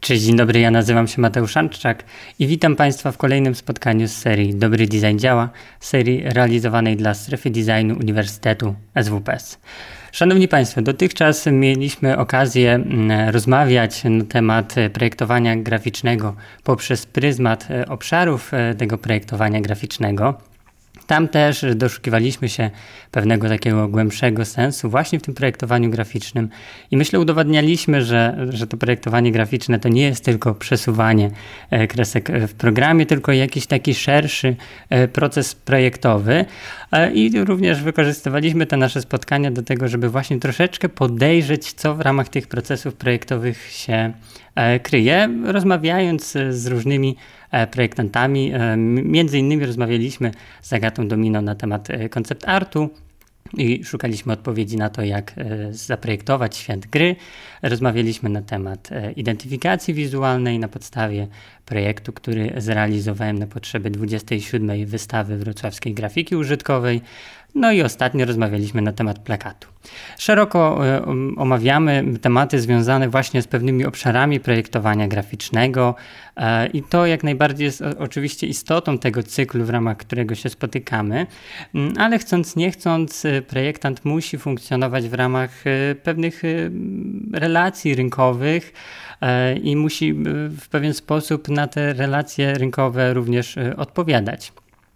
Cześć, dzień dobry, ja nazywam się Mateusz Antczak i witam Państwa w kolejnym spotkaniu z serii Dobry Design Działa, serii realizowanej dla Strefy Designu Uniwersytetu SWPS. Szanowni Państwo, dotychczas mieliśmy okazję rozmawiać na temat projektowania graficznego poprzez pryzmat obszarów tego projektowania graficznego. Tam też doszukiwaliśmy się pewnego takiego głębszego sensu właśnie w tym projektowaniu graficznym i myślę udowadnialiśmy, że to projektowanie graficzne to nie jest tylko przesuwanie kresek w programie, tylko jakiś taki szerszy proces projektowy i również wykorzystywaliśmy te nasze spotkania do tego, żeby właśnie troszeczkę podejrzeć, co w ramach tych procesów projektowych się kryje, rozmawiając z różnymi projektantami. Między innymi rozmawialiśmy z Agatą Domino na temat koncept artu i szukaliśmy odpowiedzi na to, jak zaprojektować świat gry. Rozmawialiśmy na temat identyfikacji wizualnej na podstawie projektu, który zrealizowałem na potrzeby 27. wystawy wrocławskiej grafiki użytkowej. No i ostatnio rozmawialiśmy na temat plakatu. Szeroko omawiamy tematy związane właśnie z pewnymi obszarami projektowania graficznego i to jak najbardziej jest oczywiście istotą tego cyklu, w ramach którego się spotykamy, ale chcąc nie chcąc projektant musi funkcjonować w ramach pewnych relacji rynkowych i musi w pewien sposób na te relacje rynkowe również odpowiadać.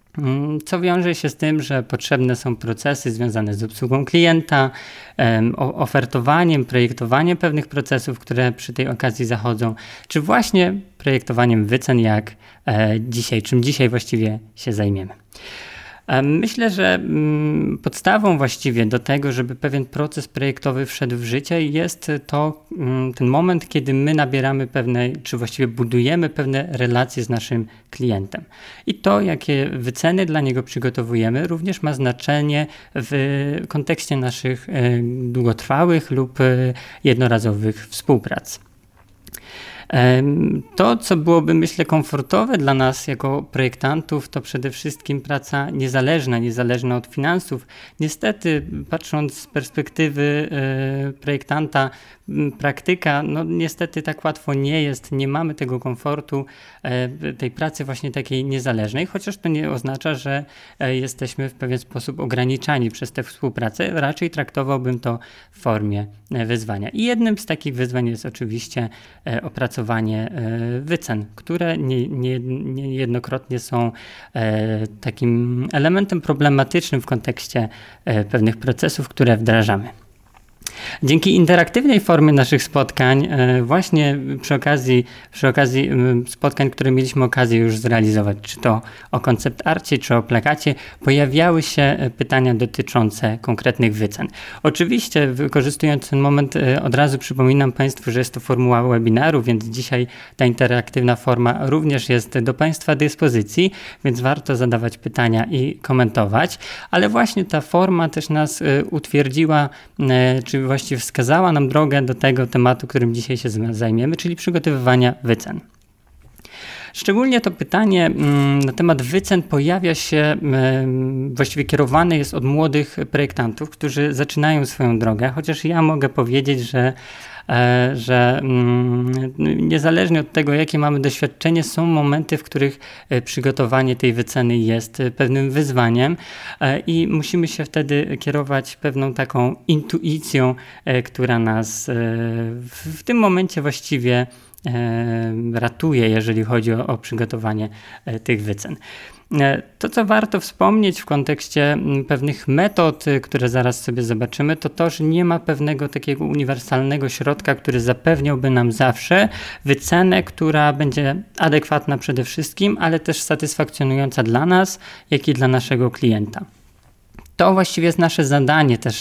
Co wiąże się z tym, że potrzebne są procesy związane z obsługą klienta, ofertowaniem, projektowaniem pewnych procesów, które przy tej okazji zachodzą, czy właśnie projektowaniem wycen, czym dzisiaj właściwie się zajmiemy. Myślę, że podstawą właściwie do tego, żeby pewien proces projektowy wszedł w życie, jest to ten moment, kiedy my nabieramy czy właściwie budujemy pewne relacje z naszym klientem. I to, jakie wyceny dla niego przygotowujemy, również ma znaczenie w kontekście naszych długotrwałych lub jednorazowych współprac. To, co byłoby, myślę, komfortowe dla nas jako projektantów, to przede wszystkim praca niezależna od finansów. Niestety, patrząc z perspektywy projektanta, praktyka, niestety tak łatwo nie jest, nie mamy tego komfortu tej pracy właśnie takiej niezależnej, chociaż to nie oznacza, że jesteśmy w pewien sposób ograniczani przez tę współpracę, raczej traktowałbym to w formie wyzwania. I jednym z takich wyzwań jest oczywiście opracowanie wycen, które niejednokrotnie są takim elementem problematycznym w kontekście pewnych procesów, które wdrażamy. Dzięki interaktywnej formie naszych spotkań, właśnie przy okazji spotkań, które mieliśmy okazję już zrealizować, czy to o koncept arcie, czy o plakacie, pojawiały się pytania dotyczące konkretnych wycen. Oczywiście, wykorzystując ten moment, od razu przypominam Państwu, że jest to formuła webinaru, więc dzisiaj ta interaktywna forma również jest do Państwa dyspozycji, więc warto zadawać pytania i komentować, ale właśnie ta forma też nas utwierdziła, czy właściwie wskazała nam drogę do tego tematu, którym dzisiaj się zajmiemy, czyli przygotowywania wycen. Szczególnie to pytanie na temat wycen pojawia się, właściwie kierowane jest od młodych projektantów, którzy zaczynają swoją drogę, chociaż ja mogę powiedzieć, że niezależnie od tego, jakie mamy doświadczenie, są momenty, w których przygotowanie tej wyceny jest pewnym wyzwaniem i musimy się wtedy kierować pewną taką intuicją, która nas w tym momencie właściwie ratuje, jeżeli chodzi o przygotowanie tych wycen. To, co warto wspomnieć w kontekście pewnych metod, które zaraz sobie zobaczymy, to, że nie ma pewnego takiego uniwersalnego środka, który zapewniałby nam zawsze wycenę, która będzie adekwatna przede wszystkim, ale też satysfakcjonująca dla nas, jak i dla naszego klienta. To właściwie jest nasze zadanie, też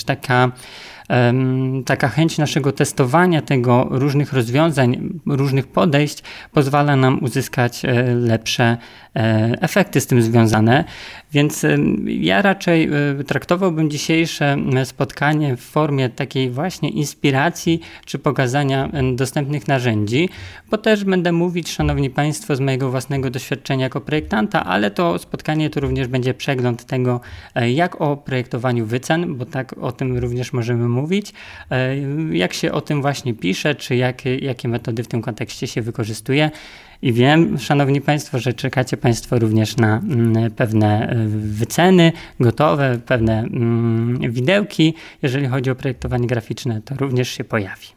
taka chęć naszego testowania tego, różnych rozwiązań, różnych podejść pozwala nam uzyskać lepsze efekty z tym związane. Więc ja raczej traktowałbym dzisiejsze spotkanie w formie takiej właśnie inspiracji czy pokazania dostępnych narzędzi, bo też będę mówić, szanowni Państwo, z mojego własnego doświadczenia jako projektanta, ale to spotkanie to również będzie przegląd tego, jak o projektowaniu wycen, bo tak o tym również możemy mówić, jak się o tym właśnie pisze, czy jakie metody w tym kontekście się wykorzystuje. I wiem, szanowni państwo, że czekacie państwo również na pewne wyceny gotowe, pewne widełki. Jeżeli chodzi o projektowanie graficzne, to również się pojawi.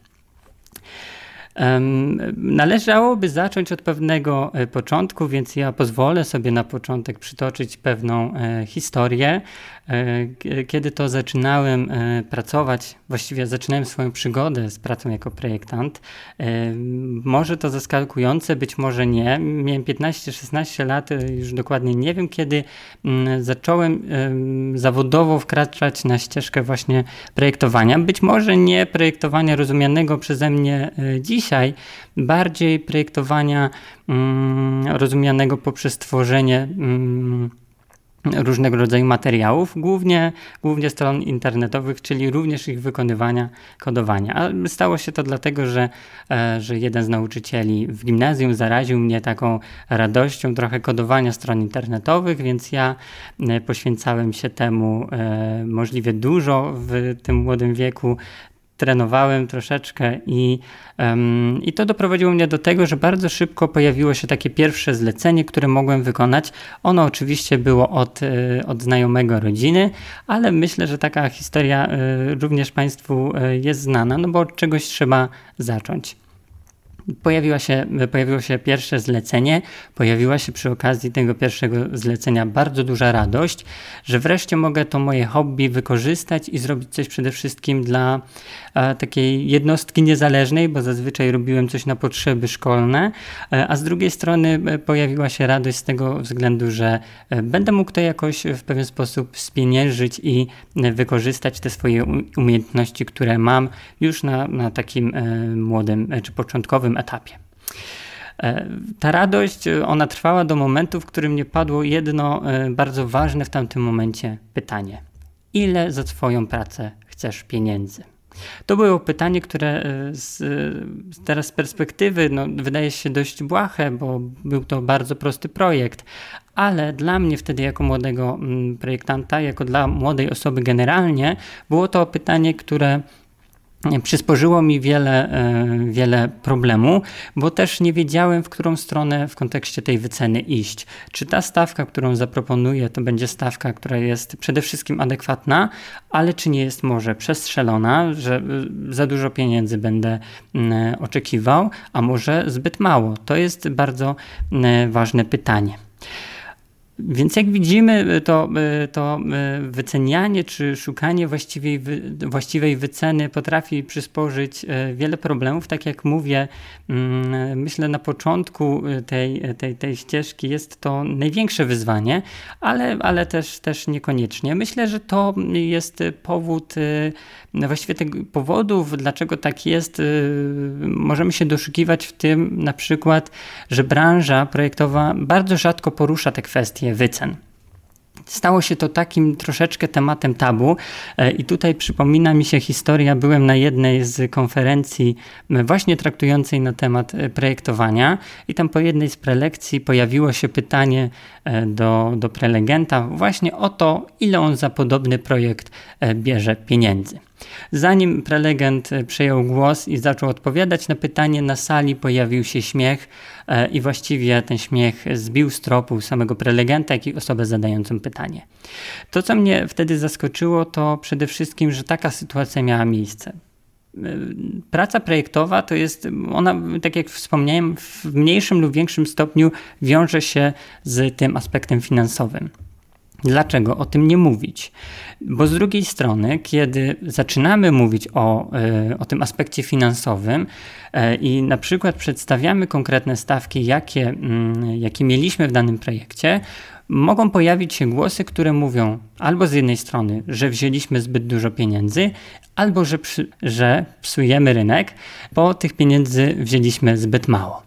Należałoby zacząć od pewnego początku, więc ja pozwolę sobie na początek przytoczyć pewną historię. Kiedy to zaczynałem pracować, właściwie zaczynałem swoją przygodę z pracą jako projektant, może to zaskakujące, być może nie. Miałem 15-16 lat, już dokładnie nie wiem, kiedy zacząłem zawodowo wkraczać na ścieżkę właśnie projektowania. Być może nie projektowania rozumianego przeze mnie dzisiaj, bardziej projektowania rozumianego poprzez tworzenie różnego rodzaju materiałów, głównie stron internetowych, czyli również ich wykonywania, kodowania. A stało się to dlatego, że jeden z nauczycieli w gimnazjum zaraził mnie taką radością trochę kodowania stron internetowych, więc ja poświęcałem się temu możliwie dużo w tym młodym wieku. Trenowałem troszeczkę i to doprowadziło mnie do tego, że bardzo szybko pojawiło się takie pierwsze zlecenie, które mogłem wykonać. Ono oczywiście było od znajomego rodziny, ale myślę, że taka historia również Państwu jest znana, no bo od czegoś trzeba zacząć. Pojawiło się pierwsze zlecenie, pojawiła się przy okazji tego pierwszego zlecenia bardzo duża radość, że wreszcie mogę to moje hobby wykorzystać i zrobić coś przede wszystkim dla takiej jednostki niezależnej, bo zazwyczaj robiłem coś na potrzeby szkolne, a z drugiej strony pojawiła się radość z tego względu, że będę mógł to jakoś w pewien sposób spieniężyć i wykorzystać te swoje umiejętności, które mam już na takim młodym czy początkowym etapie. Ta radość, ona trwała do momentu, w którym mnie padło jedno bardzo ważne w tamtym momencie pytanie. Ile za Twoją pracę chcesz pieniędzy? To było pytanie, które teraz z perspektywy wydaje się dość błahe, bo był to bardzo prosty projekt, ale dla mnie wtedy jako młodego projektanta, jako dla młodej osoby generalnie, było to pytanie, które przysporzyło mi wiele problemu, bo też nie wiedziałem, w którą stronę w kontekście tej wyceny iść. Czy ta stawka, którą zaproponuję, to będzie stawka, która jest przede wszystkim adekwatna, ale czy nie jest może przestrzelona, że za dużo pieniędzy będę oczekiwał, a może zbyt mało? To jest bardzo ważne pytanie. Więc jak widzimy, to wycenianie czy szukanie właściwej wyceny potrafi przysporzyć wiele problemów. Tak jak mówię, myślę na początku tej ścieżki jest to największe wyzwanie, ale też niekoniecznie. Myślę, że to jest powód, właściwie tych powodów, dlaczego tak jest, możemy się doszukiwać w tym na przykład, że branża projektowa bardzo rzadko porusza te kwestie wycen. Stało się to takim troszeczkę tematem tabu i tutaj przypomina mi się historia, byłem na jednej z konferencji właśnie traktującej na temat projektowania i tam po jednej z prelekcji pojawiło się pytanie do prelegenta właśnie o to, ile on za podobny projekt bierze pieniędzy. Zanim prelegent przejął głos i zaczął odpowiadać na pytanie, na sali pojawił się śmiech i właściwie ten śmiech zbił z tropu samego prelegenta, jak i osobę zadającą pytanie. To, co mnie wtedy zaskoczyło, to przede wszystkim, że taka sytuacja miała miejsce. Praca projektowa to jest, ona, tak jak wspomniałem, w mniejszym lub większym stopniu wiąże się z tym aspektem finansowym. Dlaczego o tym nie mówić? Bo z drugiej strony, kiedy zaczynamy mówić o tym aspekcie finansowym i na przykład przedstawiamy konkretne stawki, jakie mieliśmy w danym projekcie, mogą pojawić się głosy, które mówią albo z jednej strony, że wzięliśmy zbyt dużo pieniędzy, albo że psujemy rynek, bo tych pieniędzy wzięliśmy zbyt mało.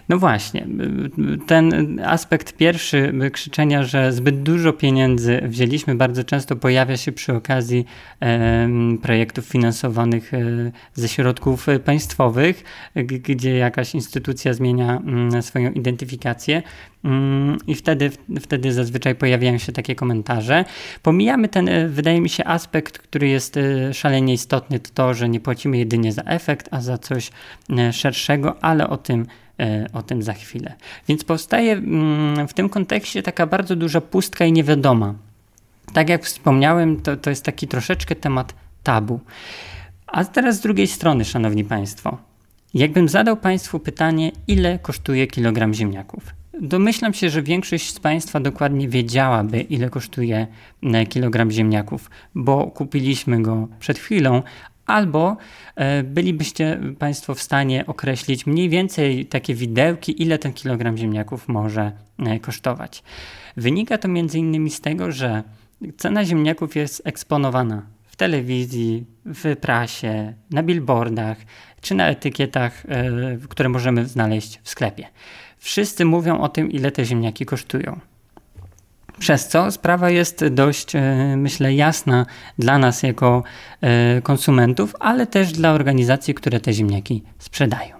No właśnie, ten aspekt pierwszy krzyczenia, że zbyt dużo pieniędzy wzięliśmy, bardzo często pojawia się przy okazji projektów finansowanych ze środków państwowych, gdzie jakaś instytucja zmienia swoją identyfikację i wtedy zazwyczaj pojawiają się takie komentarze. Pomijamy ten, wydaje mi się, aspekt, który jest szalenie istotny, to, że nie płacimy jedynie za efekt, a za coś szerszego, ale o tym za chwilę. Więc powstaje w tym kontekście taka bardzo duża pustka i niewiadoma. Tak jak wspomniałem, to jest taki troszeczkę temat tabu. A teraz z drugiej strony, szanowni państwo, jakbym zadał państwu pytanie, ile kosztuje kilogram ziemniaków? Domyślam się, że większość z państwa dokładnie wiedziałaby, ile kosztuje kilogram ziemniaków, bo kupiliśmy go przed chwilą, albo bylibyście państwo w stanie określić mniej więcej takie widełki, ile ten kilogram ziemniaków może kosztować. Wynika to między innymi z tego, że cena ziemniaków jest eksponowana w telewizji, w prasie, na billboardach czy na etykietach, które możemy znaleźć w sklepie. Wszyscy mówią o tym, ile te ziemniaki kosztują. Przez co sprawa jest dość, myślę, jasna dla nas jako konsumentów, ale też dla organizacji, które te ziemniaki sprzedają.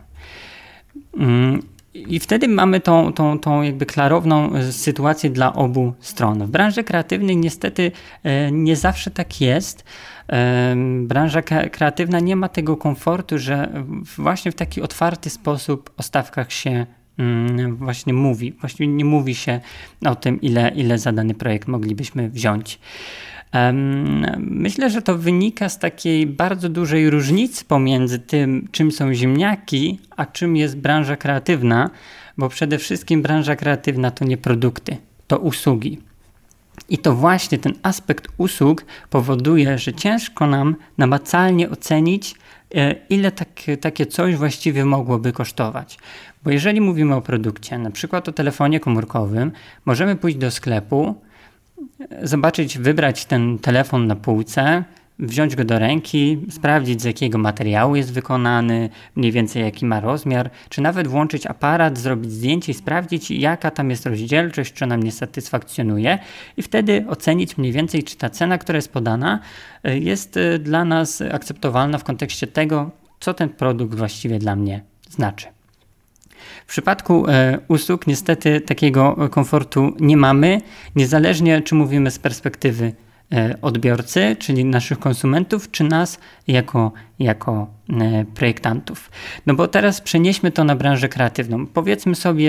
I wtedy mamy tą jakby klarowną sytuację dla obu stron. W branży kreatywnej niestety nie zawsze tak jest. Branża kreatywna nie ma tego komfortu, że właśnie w taki otwarty sposób o stawkach się właśnie mówi. Właściwie nie mówi się o tym, ile za dany projekt moglibyśmy wziąć. Myślę, że to wynika z takiej bardzo dużej różnicy pomiędzy tym, czym są ziemniaki, a czym jest branża kreatywna, bo przede wszystkim branża kreatywna to nie produkty, to usługi. I to właśnie ten aspekt usług powoduje, że ciężko nam namacalnie ocenić, ile takie coś właściwie mogłoby kosztować. Bo jeżeli mówimy o produkcie, na przykład o telefonie komórkowym, możemy pójść do sklepu, zobaczyć, wybrać ten telefon na półce, wziąć go do ręki, sprawdzić, z jakiego materiału jest wykonany, mniej więcej jaki ma rozmiar, czy nawet włączyć aparat, zrobić zdjęcie i sprawdzić, jaka tam jest rozdzielczość, czy ona mnie satysfakcjonuje i wtedy ocenić mniej więcej, czy ta cena, która jest podana, jest dla nas akceptowalna w kontekście tego, co ten produkt właściwie dla mnie znaczy. W przypadku usług niestety takiego komfortu nie mamy, niezależnie czy mówimy z perspektywy odbiorcy, czyli naszych konsumentów, czy nas jako projektantów. No bo teraz przenieśmy to na branżę kreatywną. Powiedzmy sobie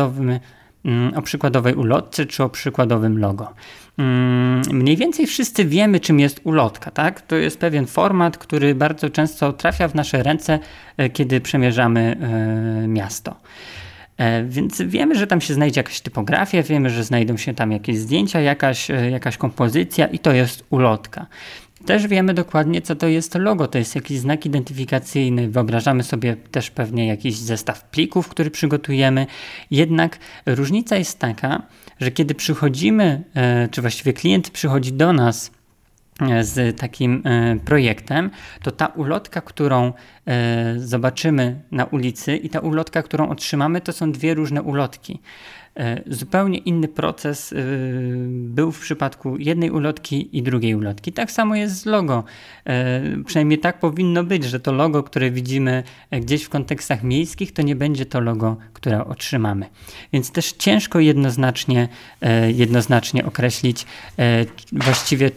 o przykładowej ulotce, czy o przykładowym logo. Mniej więcej wszyscy wiemy, czym jest ulotka, tak? To jest pewien format, który bardzo często trafia w nasze ręce, kiedy przemierzamy miasto. Więc wiemy, że tam się znajdzie jakaś typografia, wiemy, że znajdą się tam jakieś zdjęcia, jakaś kompozycja i to jest ulotka. Też wiemy dokładnie, co to jest logo, to jest jakiś znak identyfikacyjny, wyobrażamy sobie też pewnie jakiś zestaw plików, który przygotujemy, jednak różnica jest taka, że kiedy przychodzimy, czy właściwie klient przychodzi do nas z takim projektem, to ta ulotka, którą zobaczymy na ulicy i ta ulotka, którą otrzymamy, to są dwie różne ulotki. Zupełnie inny proces był w przypadku jednej ulotki i drugiej ulotki. Tak samo jest z logo. Przynajmniej tak powinno być, że to logo, które widzimy gdzieś w kontekstach miejskich, to nie będzie to logo, które otrzymamy. Więc też ciężko jednoznacznie określić właściwie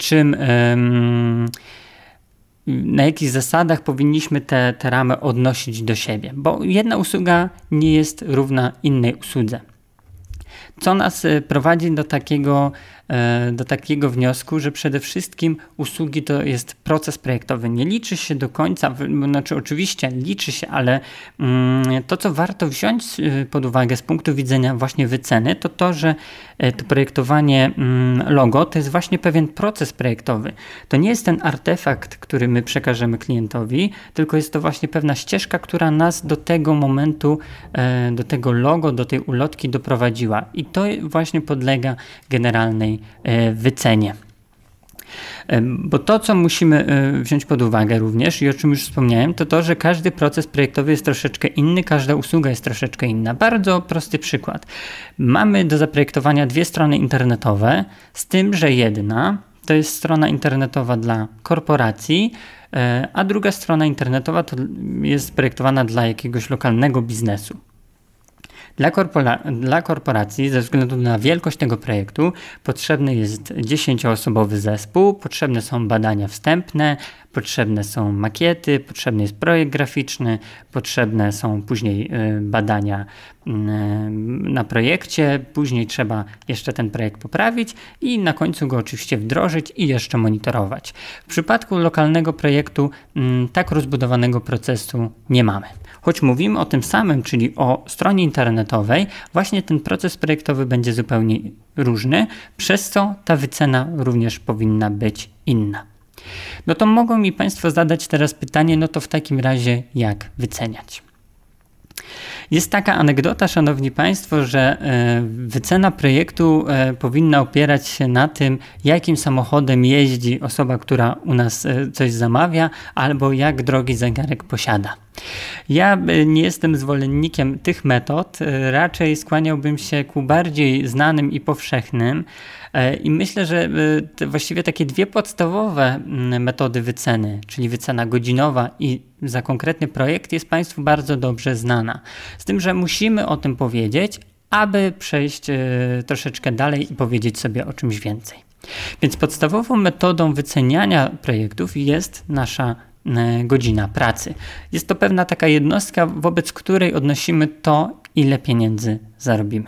na jakich zasadach powinniśmy te ramy odnosić do siebie, bo jedna usługa nie jest równa innej usłudze. Co nas prowadzi do takiego wniosku, że przede wszystkim usługi to jest proces projektowy. Nie liczy się do końca, znaczy oczywiście liczy się, ale to, co warto wziąć pod uwagę z punktu widzenia właśnie wyceny, to, że to projektowanie logo to jest właśnie pewien proces projektowy. To nie jest ten artefakt, który my przekażemy klientowi, tylko jest to właśnie pewna ścieżka, która nas do tego momentu, do tego logo, do tej ulotki doprowadziła. I to właśnie podlega generalnej wycenie. Bo to, co musimy wziąć pod uwagę również i o czym już wspomniałem, to to, że każdy proces projektowy jest troszeczkę inny, każda usługa jest troszeczkę inna. Bardzo prosty przykład. Mamy do zaprojektowania 2 strony internetowe, z tym, że jedna to jest strona internetowa dla korporacji, a druga strona internetowa to jest projektowana dla jakiegoś lokalnego biznesu. Dla korporacji, ze względu na wielkość tego projektu, potrzebny jest 10-osobowy zespół, potrzebne są badania wstępne, potrzebne są makiety, potrzebny jest projekt graficzny, potrzebne są później badania na projekcie, później trzeba jeszcze ten projekt poprawić i na końcu go oczywiście wdrożyć i jeszcze monitorować. W przypadku lokalnego projektu tak rozbudowanego procesu nie mamy. Choć mówimy o tym samym, czyli o stronie internetowej, właśnie ten proces projektowy będzie zupełnie różny, przez co ta wycena również powinna być inna. No to mogą mi Państwo zadać teraz pytanie, no to w takim razie jak wyceniać? Jest taka anegdota, Szanowni Państwo, że wycena projektu powinna opierać się na tym, jakim samochodem jeździ osoba, która u nas coś zamawia, albo jak drogi zegarek posiada. Ja nie jestem zwolennikiem tych metod, raczej skłaniałbym się ku bardziej znanym i powszechnym i myślę, że właściwie takie 2 podstawowe metody wyceny, czyli wycena godzinowa i za konkretny projekt jest Państwu bardzo dobrze znana. Z tym, że musimy o tym powiedzieć, aby przejść troszeczkę dalej i powiedzieć sobie o czymś więcej. Więc podstawową metodą wyceniania projektów jest nasza godzina pracy. Jest to pewna taka jednostka, wobec której odnosimy to, ile pieniędzy zarobimy.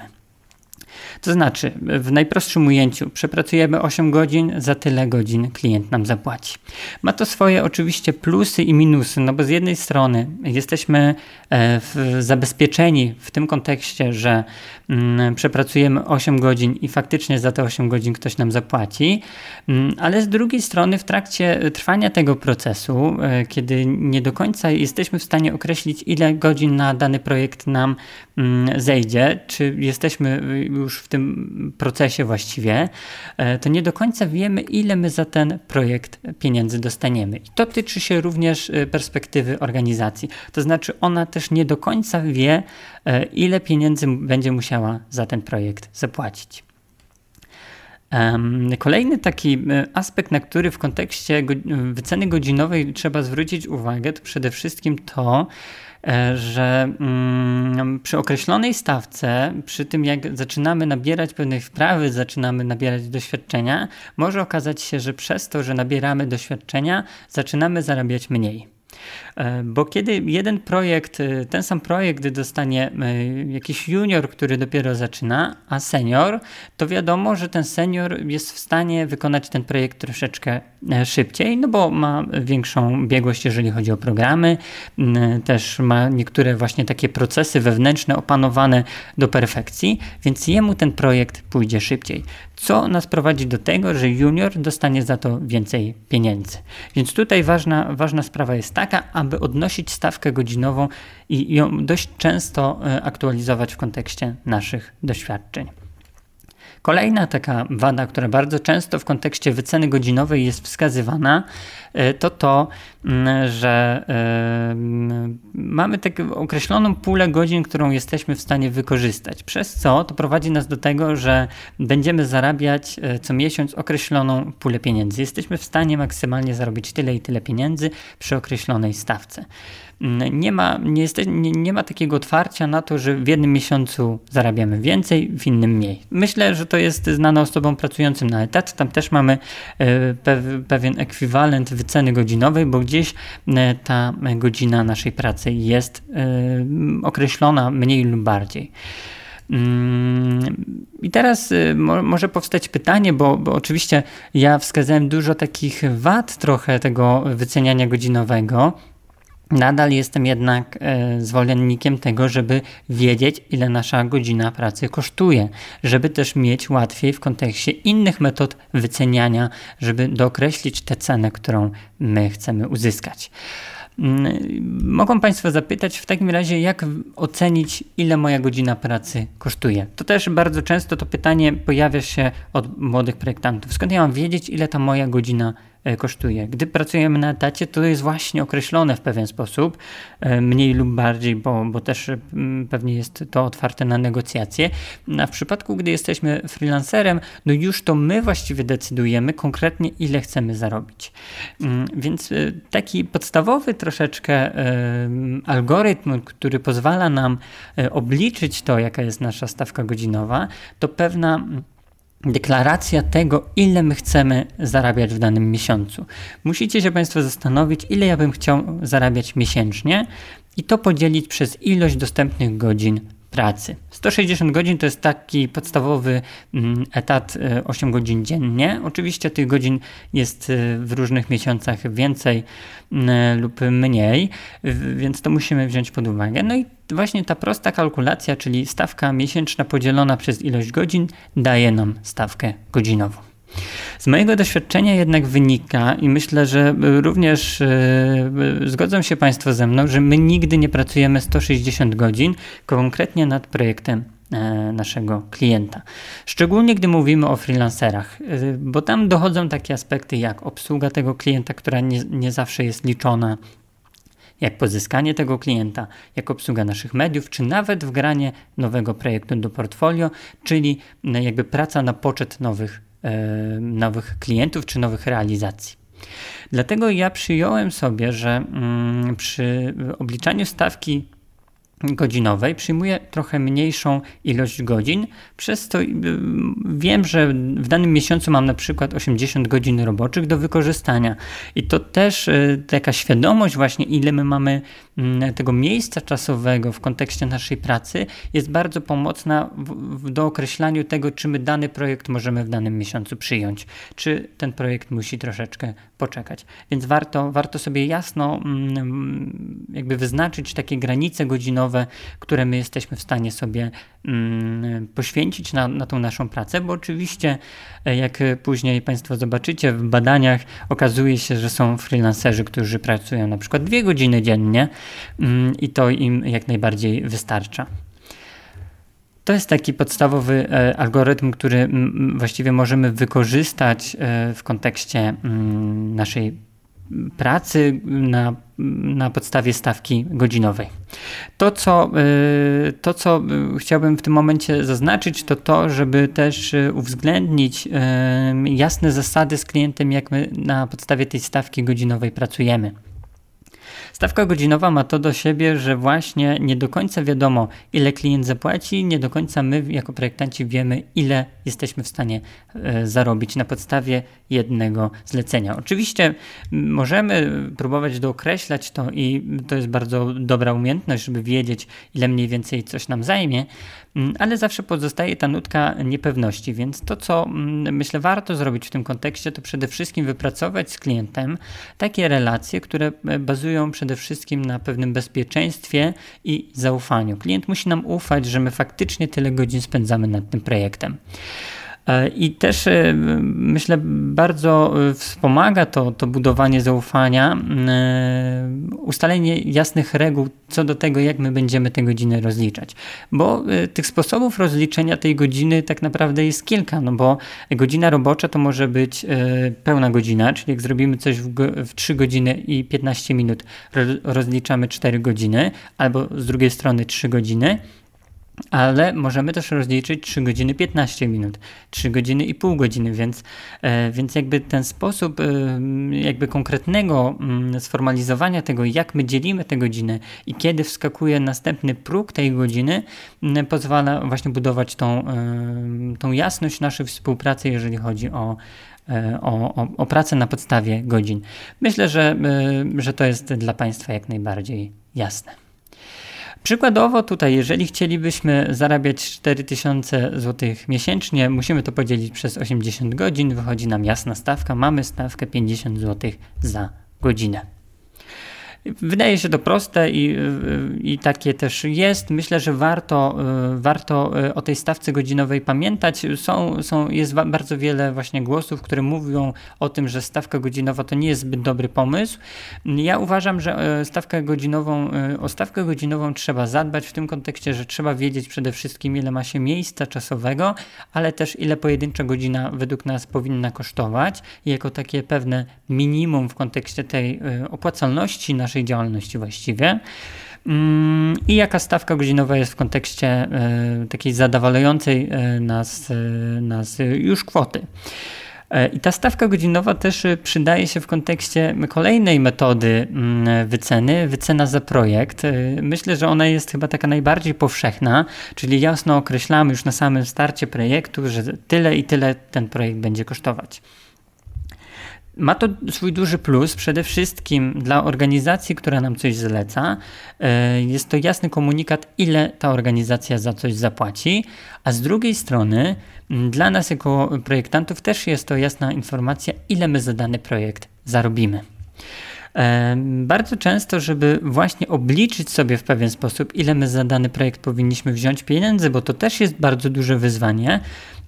To znaczy, w najprostszym ujęciu, przepracujemy 8 godzin, za tyle godzin klient nam zapłaci. Ma to swoje oczywiście plusy i minusy, no bo z jednej strony jesteśmy zabezpieczeni w tym kontekście, że przepracujemy 8 godzin i faktycznie za te 8 godzin ktoś nam zapłaci, ale z drugiej strony w trakcie trwania tego procesu, kiedy nie do końca jesteśmy w stanie określić, ile godzin na dany projekt nam zejdzie, czy jesteśmy już w tym procesie właściwie, to nie do końca wiemy, ile my za ten projekt pieniędzy dostaniemy. I to tyczy się również perspektywy organizacji. To znaczy ona też nie do końca wie, ile pieniędzy będzie musiała za ten projekt zapłacić. Kolejny taki aspekt, na który w kontekście wyceny godzinowej trzeba zwrócić uwagę, to przede wszystkim to, że przy określonej stawce, przy tym jak zaczynamy nabierać pewnej wprawy, zaczynamy nabierać doświadczenia, może okazać się, że przez to, że nabieramy doświadczenia, zaczynamy zarabiać mniej. Bo kiedy jeden projekt, ten sam projekt dostanie jakiś junior, który dopiero zaczyna, a senior, to wiadomo, że ten senior jest w stanie wykonać ten projekt troszeczkę szybciej, no bo ma większą biegłość, jeżeli chodzi o programy, też ma niektóre właśnie takie procesy wewnętrzne opanowane do perfekcji, więc jemu ten projekt pójdzie szybciej. Co nas prowadzi do tego, że junior dostanie za to więcej pieniędzy. Więc tutaj ważna sprawa jest taka, aby odnosić stawkę godzinową i ją dość często aktualizować w kontekście naszych doświadczeń. Kolejna taka wada, która bardzo często w kontekście wyceny godzinowej jest wskazywana, to, że mamy taką określoną pulę godzin, którą jesteśmy w stanie wykorzystać. Przez co to prowadzi nas do tego, że będziemy zarabiać co miesiąc określoną pulę pieniędzy. Jesteśmy w stanie maksymalnie zarobić tyle i tyle pieniędzy przy określonej stawce. Nie ma takiego otwarcia na to, że w jednym miesiącu zarabiamy więcej, w innym mniej. Myślę, że to jest znane osobom pracującym na etat. Tam też mamy pewien ekwiwalent wyceny godzinowej, bo gdzieś ta godzina naszej pracy jest określona mniej lub bardziej. I teraz może powstać pytanie, bo oczywiście ja wskazałem dużo takich wad trochę tego wyceniania godzinowego. Nadal jestem jednak zwolennikiem tego, żeby wiedzieć, ile nasza godzina pracy kosztuje, żeby też mieć łatwiej w kontekście innych metod wyceniania, żeby dookreślić tę cenę, którą my chcemy uzyskać. Mogą Państwo zapytać w takim razie, jak ocenić, ile moja godzina pracy kosztuje. To też bardzo często to pytanie pojawia się od młodych projektantów. Skąd ja mam wiedzieć, ile ta moja godzina kosztuje? Gdy pracujemy na etacie, to jest właśnie określone w pewien sposób, mniej lub bardziej, bo też pewnie jest to otwarte na negocjacje. A w przypadku, gdy jesteśmy freelancerem, no już to my właściwie decydujemy konkretnie, ile chcemy zarobić. Więc taki podstawowy troszeczkę algorytm, który pozwala nam obliczyć to, jaka jest nasza stawka godzinowa, to pewna deklaracja tego, ile my chcemy zarabiać w danym miesiącu. Musicie się Państwo zastanowić, ile ja bym chciał zarabiać miesięcznie i to podzielić przez ilość dostępnych godzin pracy. 160 godzin to jest taki podstawowy etat 8 godzin dziennie. Oczywiście tych godzin jest w różnych miesiącach więcej lub mniej, więc to musimy wziąć pod uwagę. No i właśnie ta prosta kalkulacja, czyli stawka miesięczna podzielona przez ilość godzin daje nam stawkę godzinową. Z mojego doświadczenia jednak wynika i myślę, że również zgodzą się Państwo ze mną, że my nigdy nie pracujemy 160 godzin konkretnie nad projektem naszego klienta. Szczególnie gdy mówimy o freelancerach, bo tam dochodzą takie aspekty jak obsługa tego klienta, która nie zawsze jest liczona, jak pozyskanie tego klienta, jak obsługa naszych mediów, czy nawet wgranie nowego projektu do portfolio, czyli jakby praca na poczet nowych klientów czy nowych realizacji. Dlatego ja przyjąłem sobie, że przy obliczaniu stawki godzinowej przyjmuję trochę mniejszą ilość godzin, przez to wiem, że w danym miesiącu mam na przykład 80 godzin roboczych do wykorzystania i to też taka świadomość właśnie, ile my mamy tego miejsca czasowego w kontekście naszej pracy jest bardzo pomocna do określaniu tego, czy my dany projekt możemy w danym miesiącu przyjąć, czy ten projekt musi troszeczkę poczekać. Więc warto sobie jasno jakby wyznaczyć takie granice godzinowe, które my jesteśmy w stanie sobie poświęcić na tą naszą pracę, bo oczywiście jak później Państwo zobaczycie w badaniach, okazuje się, że są freelancerzy, którzy pracują na przykład 2 godziny dziennie i to im jak najbardziej wystarcza. To jest taki podstawowy algorytm, który właściwie możemy wykorzystać w kontekście naszej pracy na podstawie stawki godzinowej. To, co chciałbym w tym momencie zaznaczyć, to, żeby też uwzględnić jasne zasady z klientem, jak my na podstawie tej stawki godzinowej pracujemy. Stawka godzinowa ma to do siebie, że właśnie nie do końca wiadomo, ile klient zapłaci, nie do końca my jako projektanci wiemy, ile jesteśmy w stanie zarobić na podstawie jednego zlecenia. Oczywiście możemy próbować dookreślać to i to jest bardzo dobra umiejętność, żeby wiedzieć, ile mniej więcej coś nam zajmie, ale zawsze pozostaje ta nutka niepewności, więc to, co myślę warto zrobić w tym kontekście, to przede wszystkim wypracować z klientem takie relacje, które bazują przede wszystkim na pewnym bezpieczeństwie i zaufaniu. Klient musi nam ufać, że my faktycznie tyle godzin spędzamy nad tym projektem. I też myślę bardzo wspomaga to budowanie zaufania, ustalenie jasnych reguł co do tego, jak my będziemy te godziny rozliczać. Bo tych sposobów rozliczenia tej godziny tak naprawdę jest kilka, no bo godzina robocza to może być pełna godzina, czyli jak zrobimy coś w 3 godziny i 15 minut, rozliczamy 4 godziny, albo z drugiej strony 3 godziny, ale możemy też rozliczyć 3 godziny 15 minut, 3 godziny i pół godziny, więc jakby ten sposób jakby konkretnego sformalizowania tego, jak my dzielimy te godziny i kiedy wskakuje następny próg tej godziny, pozwala właśnie budować tą jasność naszej współpracy, jeżeli chodzi o pracę na podstawie godzin. Myślę, że to jest dla Państwa jak najbardziej jasne. Przykładowo tutaj, jeżeli chcielibyśmy zarabiać 4000 zł miesięcznie, musimy to podzielić przez 80 godzin, wychodzi nam jasna stawka, mamy stawkę 50 zł za godzinę. Wydaje się to proste i takie też jest. Myślę, że warto o tej stawce godzinowej pamiętać. Jest bardzo wiele właśnie głosów, które mówią o tym, że stawka godzinowa to nie jest zbyt dobry pomysł. Ja uważam, że o stawkę godzinową trzeba zadbać w tym kontekście, że trzeba wiedzieć przede wszystkim, ile ma się miejsca czasowego, ale też ile pojedyncza godzina według nas powinna kosztować jako takie pewne minimum w kontekście tej opłacalności naszej działalności właściwie. I jaka stawka godzinowa jest w kontekście takiej zadowalającej nas już kwoty. I ta stawka godzinowa też przydaje się w kontekście kolejnej metody wyceny, wycena za projekt. Myślę, że ona jest chyba taka najbardziej powszechna, czyli jasno określamy już na samym starcie projektu, że tyle i tyle ten projekt będzie kosztować. Ma to swój duży plus przede wszystkim dla organizacji, która nam coś zleca. Jest to jasny komunikat, ile ta organizacja za coś zapłaci, a z drugiej strony dla nas jako projektantów też jest to jasna informacja, ile my za dany projekt zarobimy. Bardzo często, żeby właśnie obliczyć sobie w pewien sposób, ile my za dany projekt powinniśmy wziąć pieniędzy, bo to też jest bardzo duże wyzwanie,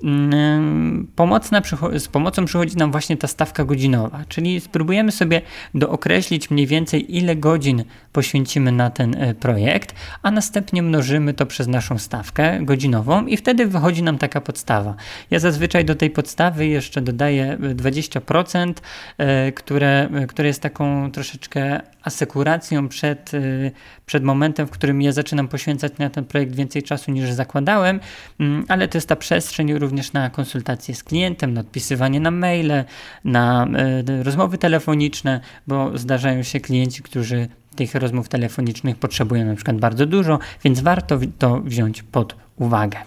z pomocą przychodzi nam właśnie ta stawka godzinowa, czyli spróbujemy sobie dookreślić mniej więcej, ile godzin poświęcimy na ten projekt, a następnie mnożymy to przez naszą stawkę godzinową i wtedy wychodzi nam taka podstawa. Ja zazwyczaj do tej podstawy jeszcze dodaję 20%, które jest taką troszeczkę asekuracją przed momentem, w którym ja zaczynam poświęcać na ten projekt więcej czasu niż zakładałem, ale to jest ta przestrzeń również na konsultacje z klientem, na odpisywanie na maile, na rozmowy telefoniczne, bo zdarzają się klienci, którzy tych rozmów telefonicznych potrzebują na przykład bardzo dużo, więc warto to wziąć pod uwagę.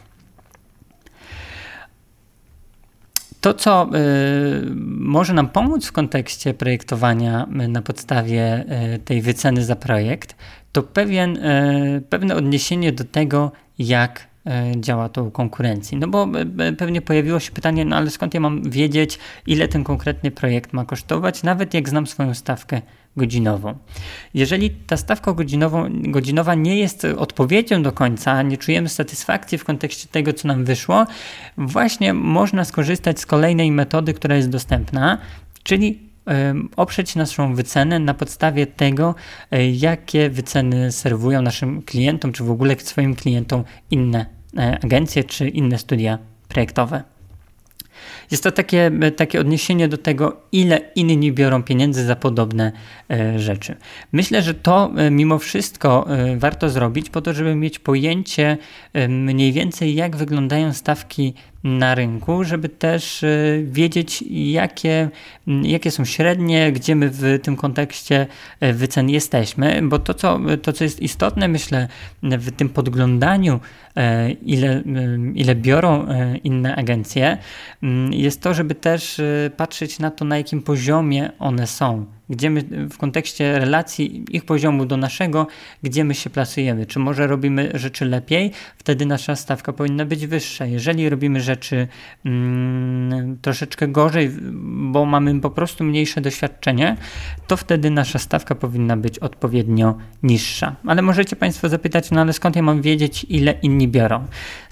To, co może nam pomóc w kontekście projektowania na podstawie tej wyceny za projekt, to pewne odniesienie do tego, jak działa to u konkurencji. No bo pewnie pojawiło się pytanie, no ale skąd ja mam wiedzieć, ile ten konkretny projekt ma kosztować, nawet jak znam swoją stawkę godzinową. Jeżeli ta stawka godzinowa nie jest odpowiedzią do końca, nie czujemy satysfakcji w kontekście tego, co nam wyszło, właśnie można skorzystać z kolejnej metody, która jest dostępna, czyli oprzeć naszą wycenę na podstawie tego, jakie wyceny serwują naszym klientom, czy w ogóle swoim klientom inne agencje, czy inne studia projektowe. Jest to takie odniesienie do tego, ile inni biorą pieniędzy za podobne rzeczy. Myślę, że to mimo wszystko warto zrobić po to, żeby mieć pojęcie mniej więcej, jak wyglądają stawki na rynku, żeby też wiedzieć, jakie są średnie, gdzie my w tym kontekście wycen jesteśmy, bo to, co jest istotne, myślę, w tym podglądaniu, ile biorą inne agencje, jest to, żeby też patrzeć na to, na jakim poziomie one są. Gdzie my w kontekście relacji ich poziomu do naszego, gdzie my się plasujemy. Czy może robimy rzeczy lepiej? Wtedy nasza stawka powinna być wyższa. Jeżeli robimy rzeczy troszeczkę gorzej, bo mamy po prostu mniejsze doświadczenie, to wtedy nasza stawka powinna być odpowiednio niższa. Ale możecie Państwo zapytać, no ale skąd ja mam wiedzieć, ile inni biorą?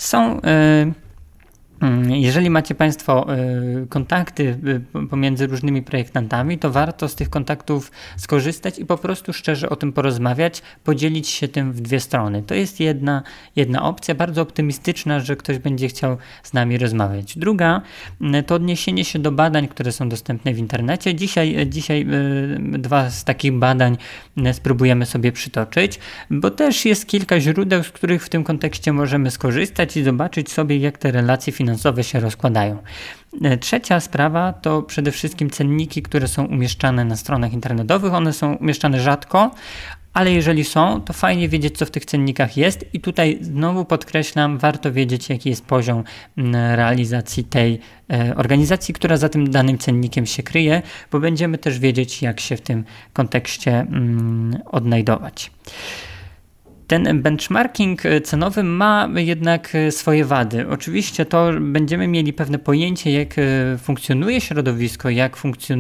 Jeżeli macie Państwo kontakty pomiędzy różnymi projektantami, to warto z tych kontaktów skorzystać i po prostu szczerze o tym porozmawiać, podzielić się tym w dwie strony. To jest jedna opcja, bardzo optymistyczna, że ktoś będzie chciał z nami rozmawiać. Druga to odniesienie się do badań, które są dostępne w internecie. Dzisiaj dwa z takich badań spróbujemy sobie przytoczyć, bo też jest kilka źródeł, z których w tym kontekście możemy skorzystać i zobaczyć sobie, jak te relacje finansowe się rozkładają. Trzecia sprawa to przede wszystkim cenniki, które są umieszczane na stronach internetowych. One są umieszczane rzadko, ale jeżeli są, to fajnie wiedzieć, co w tych cennikach jest i tutaj znowu podkreślam, warto wiedzieć, jaki jest poziom realizacji tej organizacji, która za tym danym cennikiem się kryje, bo będziemy też wiedzieć, jak się w tym kontekście odnajdować. Ten benchmarking cenowy ma jednak swoje wady. Oczywiście to będziemy mieli pewne pojęcie, jak funkcjonuje środowisko, jak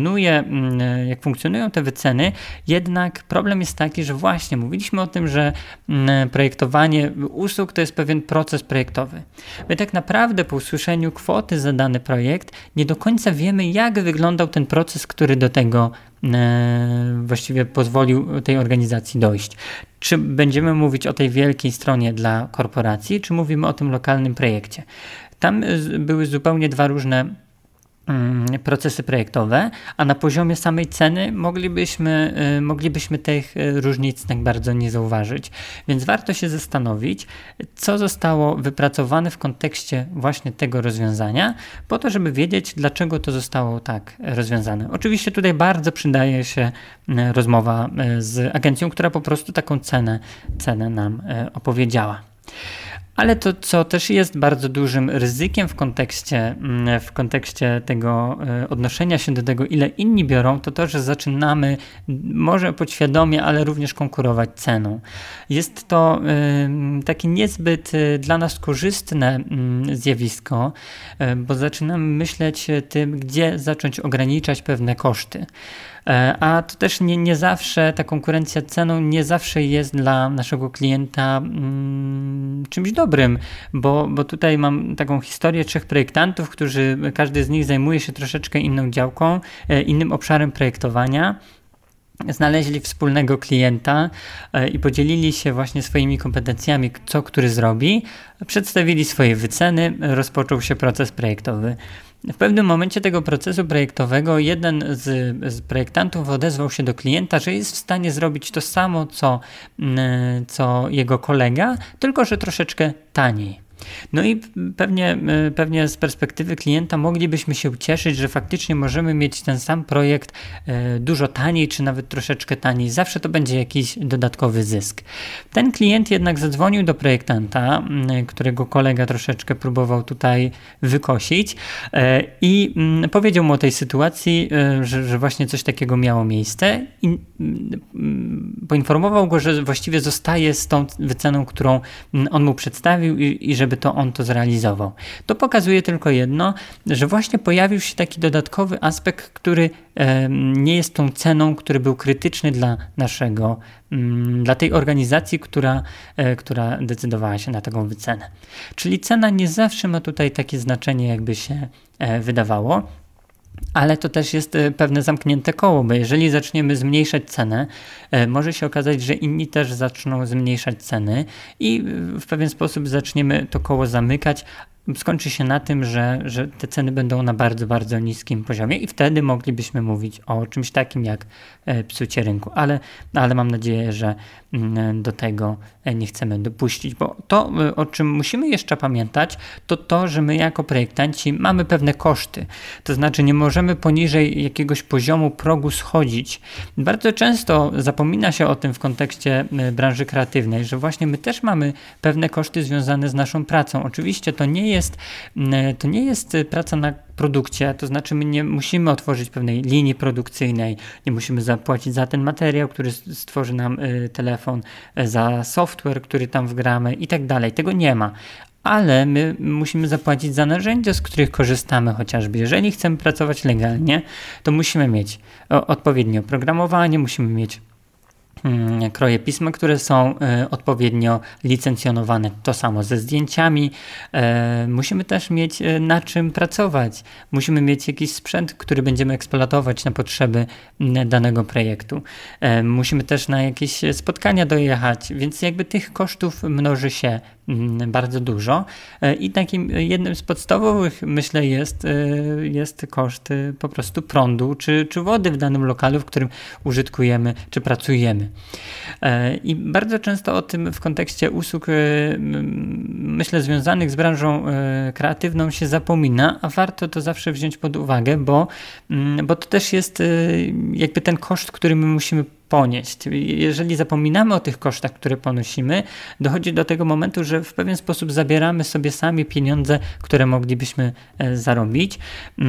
funkcjonują te wyceny, jednak problem jest taki, że właśnie mówiliśmy o tym, że projektowanie usług to jest pewien proces projektowy. My tak naprawdę po usłyszeniu kwoty za dany projekt nie do końca wiemy, jak wyglądał ten proces, który do tego właściwie pozwolił tej organizacji dojść. Czy będziemy mówić o tej wielkiej stronie dla korporacji, czy mówimy o tym lokalnym projekcie? Tam były zupełnie dwa różne procesy projektowe, a na poziomie samej ceny moglibyśmy tych różnic tak bardzo nie zauważyć. Więc warto się zastanowić, co zostało wypracowane w kontekście właśnie tego rozwiązania, po to, żeby wiedzieć, dlaczego to zostało tak rozwiązane. Oczywiście tutaj bardzo przydaje się rozmowa z agencją, która po prostu taką cenę nam opowiedziała. Ale to, co też jest bardzo dużym ryzykiem w kontekście tego odnoszenia się do tego, ile inni biorą, to, że zaczynamy może podświadomie, ale również konkurować ceną. Jest to takie niezbyt dla nas korzystne zjawisko, bo zaczynamy myśleć tym, gdzie zacząć ograniczać pewne koszty. A to też nie zawsze ta konkurencja ceną nie zawsze jest dla naszego klienta czymś dobrym, bo tutaj mam taką historię 3 projektantów, którzy każdy z nich zajmuje się troszeczkę inną działką, innym obszarem projektowania. Znaleźli wspólnego klienta i podzielili się właśnie swoimi kompetencjami, co który zrobi, przedstawili swoje wyceny, rozpoczął się proces projektowy. W pewnym momencie tego procesu projektowego jeden z projektantów odezwał się do klienta, że jest w stanie zrobić to samo, co jego kolega, tylko że troszeczkę taniej. No i pewnie z perspektywy klienta moglibyśmy się ucieszyć, że faktycznie możemy mieć ten sam projekt dużo taniej, czy nawet troszeczkę taniej. Zawsze to będzie jakiś dodatkowy zysk. Ten klient jednak zadzwonił do projektanta, którego kolega troszeczkę próbował tutaj wykosić i powiedział mu o tej sytuacji, że właśnie coś takiego miało miejsce i poinformował go, że właściwie zostaje z tą wyceną, którą on mu przedstawił i żeby to on to zrealizował. To pokazuje tylko jedno, że właśnie pojawił się taki dodatkowy aspekt, który nie jest tą ceną, który był krytyczny dla tej organizacji, która decydowała się na taką wycenę. Czyli cena nie zawsze ma tutaj takie znaczenie, jakby się wydawało. Ale to też jest pewne zamknięte koło, bo jeżeli zaczniemy zmniejszać cenę, może się okazać, że inni też zaczną zmniejszać ceny i w pewien sposób zaczniemy to koło zamykać. Skończy się na tym, że te ceny będą na bardzo, bardzo niskim poziomie i wtedy moglibyśmy mówić o czymś takim jak psucie rynku, ale mam nadzieję, że do tego nie chcemy dopuścić, bo to, o czym musimy jeszcze pamiętać, to, że my jako projektanci mamy pewne koszty, to znaczy nie możemy poniżej jakiegoś poziomu progu schodzić. Bardzo często zapomina się o tym w kontekście branży kreatywnej, że właśnie my też mamy pewne koszty związane z naszą pracą. Oczywiście to nie jest praca na produkcie, to znaczy my nie musimy otworzyć pewnej linii produkcyjnej, nie musimy zapłacić za ten materiał, który stworzy nam telefon, za software, który tam wgramy i tak dalej. Tego nie ma. Ale my musimy zapłacić za narzędzia, z których korzystamy chociażby. Jeżeli chcemy pracować legalnie, to musimy mieć odpowiednie oprogramowanie, musimy mieć kroje pisma, które są odpowiednio licencjonowane. To samo ze zdjęciami. Musimy też mieć na czym pracować. Musimy mieć jakiś sprzęt, który będziemy eksploatować na potrzeby danego projektu. Musimy też na jakieś spotkania dojechać, więc jakby tych kosztów mnoży się bardzo dużo i takim jednym z podstawowych, myślę, jest koszt po prostu prądu czy wody w danym lokalu, w którym użytkujemy czy pracujemy. I bardzo często o tym w kontekście usług, myślę, związanych z branżą kreatywną się zapomina, a warto to zawsze wziąć pod uwagę, bo to też jest jakby ten koszt, który my musimy ponieść. Jeżeli zapominamy o tych kosztach, które ponosimy, dochodzi do tego momentu, że w pewien sposób zabieramy sobie sami pieniądze, które moglibyśmy zarobić.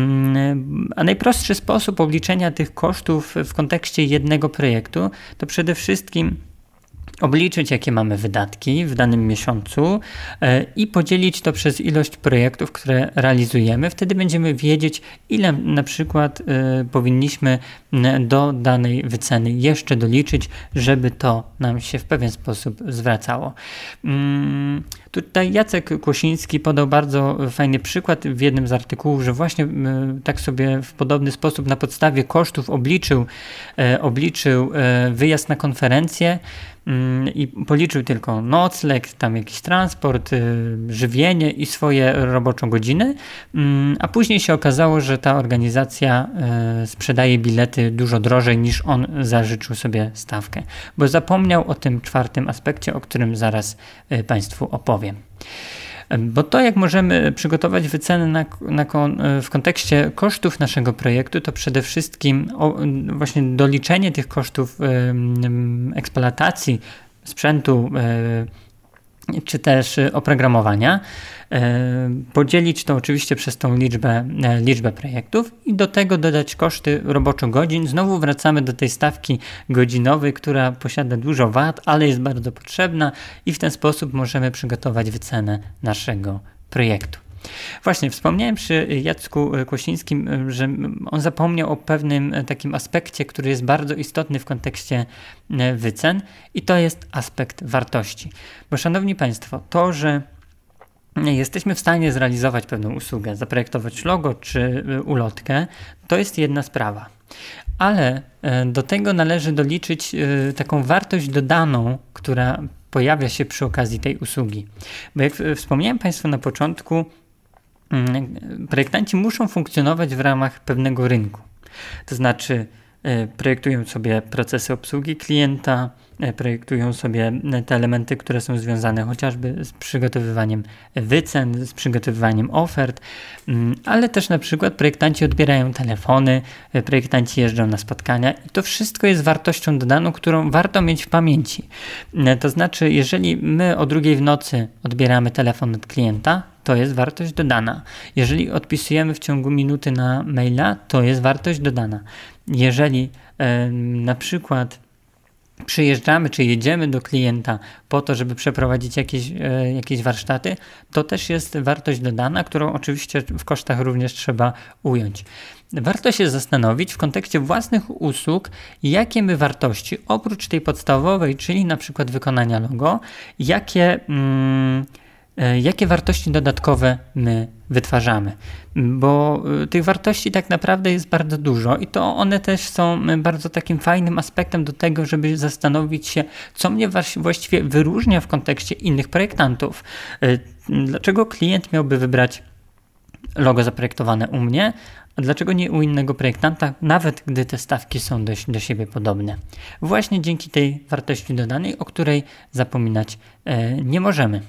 A najprostszy sposób obliczenia tych kosztów w kontekście jednego projektu to przede wszystkim obliczyć, jakie mamy wydatki w danym miesiącu i podzielić to przez ilość projektów, które realizujemy. Wtedy będziemy wiedzieć, ile na przykład powinniśmy do danej wyceny jeszcze doliczyć, żeby to nam się w pewien sposób zwracało. Tutaj Jacek Kłosiński podał bardzo fajny przykład w jednym z artykułów, że właśnie tak sobie w podobny sposób na podstawie kosztów obliczył wyjazd na konferencję i policzył tylko nocleg, tam jakiś transport, żywienie i swoje roboczą godziny, a później się okazało, że ta organizacja sprzedaje bilety dużo drożej niż on zażyczył sobie stawkę, bo zapomniał o tym czwartym aspekcie, o którym zaraz Państwu opowiem. Bo to, jak możemy przygotować wycenę w kontekście kosztów naszego projektu, to przede wszystkim właśnie doliczenie tych kosztów eksploatacji sprzętu czy też oprogramowania, podzielić to oczywiście przez tą liczbę projektów i do tego dodać koszty roboczo-godzin. Znowu wracamy do tej stawki godzinowej, która posiada dużo wad, ale jest bardzo potrzebna i w ten sposób możemy przygotować wycenę naszego projektu. Właśnie, wspomniałem przy Jacku Kłosińskim, że on zapomniał o pewnym takim aspekcie, który jest bardzo istotny w kontekście wycen i to jest aspekt wartości. Bo szanowni Państwo, to, że jesteśmy w stanie zrealizować pewną usługę, zaprojektować logo czy ulotkę, to jest jedna sprawa. Ale do tego należy doliczyć taką wartość dodaną, która pojawia się przy okazji tej usługi. Bo jak wspomniałem Państwu na początku, projektanci muszą funkcjonować w ramach pewnego rynku. To znaczy projektują sobie procesy obsługi klienta, projektują sobie te elementy, które są związane chociażby z przygotowywaniem wycen, z przygotowywaniem ofert, ale też na przykład projektanci odbierają telefony, projektanci jeżdżą na spotkania i to wszystko jest wartością dodaną, którą warto mieć w pamięci. To znaczy, jeżeli my o 2:00 w nocy odbieramy telefon od klienta, to jest wartość dodana. Jeżeli odpisujemy w ciągu minuty na maila, to jest wartość dodana. Jeżeli na przykład przyjeżdżamy czy jedziemy do klienta po to, żeby przeprowadzić jakieś warsztaty, to też jest wartość dodana, którą oczywiście w kosztach również trzeba ująć. Warto się zastanowić w kontekście własnych usług, jakie my wartości, oprócz tej podstawowej, czyli na przykład wykonania logo, jakie wartości dodatkowe my wytwarzamy. Bo tych wartości tak naprawdę jest bardzo dużo i to one też są bardzo takim fajnym aspektem do tego, żeby zastanowić się, co mnie właściwie wyróżnia w kontekście innych projektantów. Dlaczego klient miałby wybrać logo zaprojektowane u mnie, a dlaczego nie u innego projektanta, nawet gdy te stawki są do siebie podobne. Właśnie dzięki tej wartości dodanej, o której zapominać nie możemy.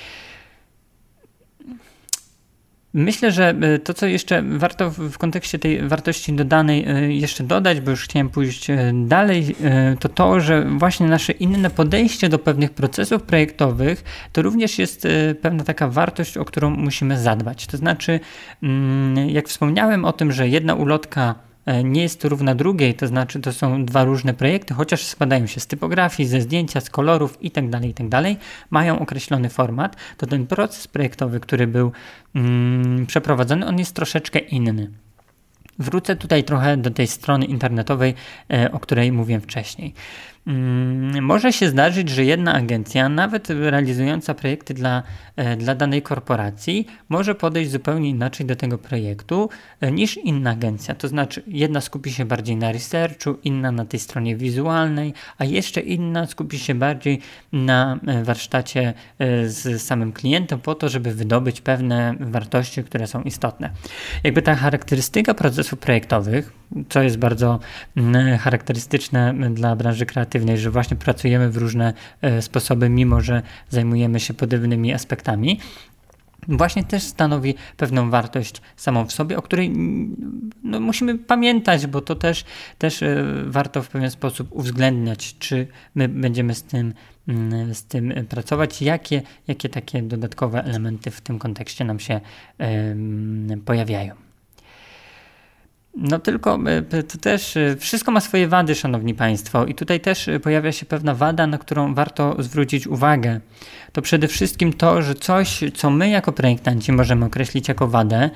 Myślę, że to, co jeszcze warto w kontekście tej wartości dodanej jeszcze dodać, bo już chciałem pójść dalej, to, że właśnie nasze inne podejście do pewnych procesów projektowych, to również jest pewna taka wartość, o którą musimy zadbać. To znaczy, jak wspomniałem o tym, że jedna ulotka nie jest równa drugiej, to znaczy to są dwa różne projekty, chociaż składają się z typografii, ze zdjęcia, z kolorów itd., mają określony format, to ten proces projektowy, który był przeprowadzony, on jest troszeczkę inny. Wrócę tutaj trochę do tej strony internetowej, o której mówiłem wcześniej. Może się zdarzyć, że jedna agencja, nawet realizująca projekty dla danej korporacji, może podejść zupełnie inaczej do tego projektu niż inna agencja. To znaczy jedna skupi się bardziej na researchu, inna na tej stronie wizualnej, a jeszcze inna skupi się bardziej na warsztacie z samym klientem po to, żeby wydobyć pewne wartości, które są istotne. Jakby ta charakterystyka procesów projektowych, co jest bardzo charakterystyczne dla branży kreatywnej, że właśnie pracujemy w różne sposoby, mimo że zajmujemy się podobnymi aspektami, właśnie też stanowi pewną wartość samą w sobie, o której musimy pamiętać, bo to też warto w pewien sposób uwzględniać, czy my będziemy z tym pracować, jakie takie dodatkowe elementy w tym kontekście nam się pojawiają. No tylko to też wszystko ma swoje wady, szanowni państwo, i tutaj też pojawia się pewna wada, na którą warto zwrócić uwagę. To przede wszystkim to, że coś, co my jako projektanci możemy określić jako wadę,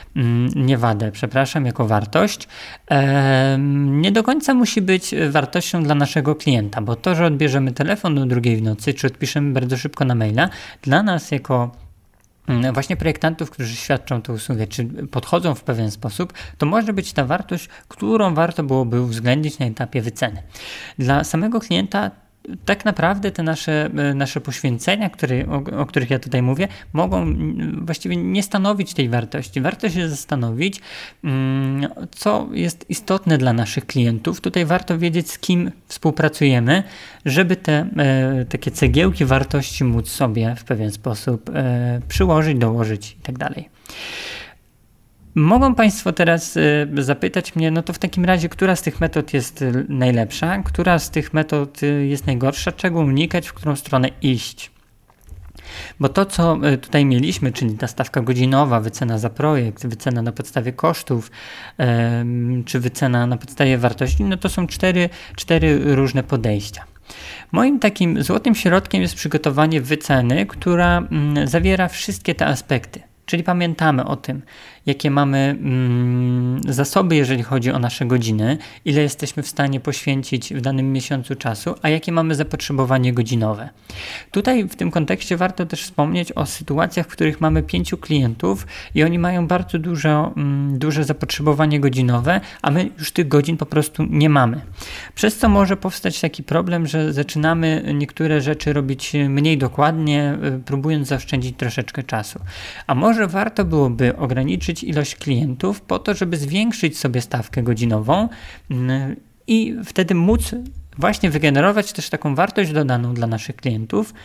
jako wartość, nie do końca musi być wartością dla naszego klienta, bo to, że odbierzemy telefon o 2:00 w nocy, czy odpiszemy bardzo szybko na maila, dla nas jako właśnie projektantów, którzy świadczą tę usługę, czy podchodzą w pewien sposób, to może być ta wartość, którą warto byłoby uwzględnić na etapie wyceny. Dla samego klienta tak naprawdę te nasze poświęcenia, o których ja tutaj mówię, mogą właściwie nie stanowić tej wartości. Warto się zastanowić, co jest istotne dla naszych klientów. Tutaj warto wiedzieć, z kim współpracujemy, żeby te takie cegiełki wartości móc sobie w pewien sposób przyłożyć, dołożyć i tak dalej. Mogą Państwo teraz zapytać mnie, no to w takim razie, która z tych metod jest najlepsza, która z tych metod jest najgorsza, czego unikać, w którą stronę iść. Bo to, co tutaj mieliśmy, czyli ta stawka godzinowa, wycena za projekt, wycena na podstawie kosztów, czy wycena na podstawie wartości, no to są cztery różne podejścia. Moim takim złotym środkiem jest przygotowanie wyceny, która zawiera wszystkie te aspekty. Czyli pamiętamy o tym, jakie mamy zasoby, jeżeli chodzi o nasze godziny, ile jesteśmy w stanie poświęcić w danym miesiącu czasu, a jakie mamy zapotrzebowanie godzinowe. Tutaj w tym kontekście warto też wspomnieć o sytuacjach, w których mamy 5 klientów i oni mają bardzo duże zapotrzebowanie godzinowe, a my już tych godzin po prostu nie mamy. Przez co może powstać taki problem, że zaczynamy niektóre rzeczy robić mniej dokładnie, próbując zaoszczędzić troszeczkę czasu. A może warto byłoby ograniczyć ilość klientów po to, żeby zwiększyć sobie stawkę godzinową i wtedy móc właśnie wygenerować też taką wartość dodaną dla naszych klientów,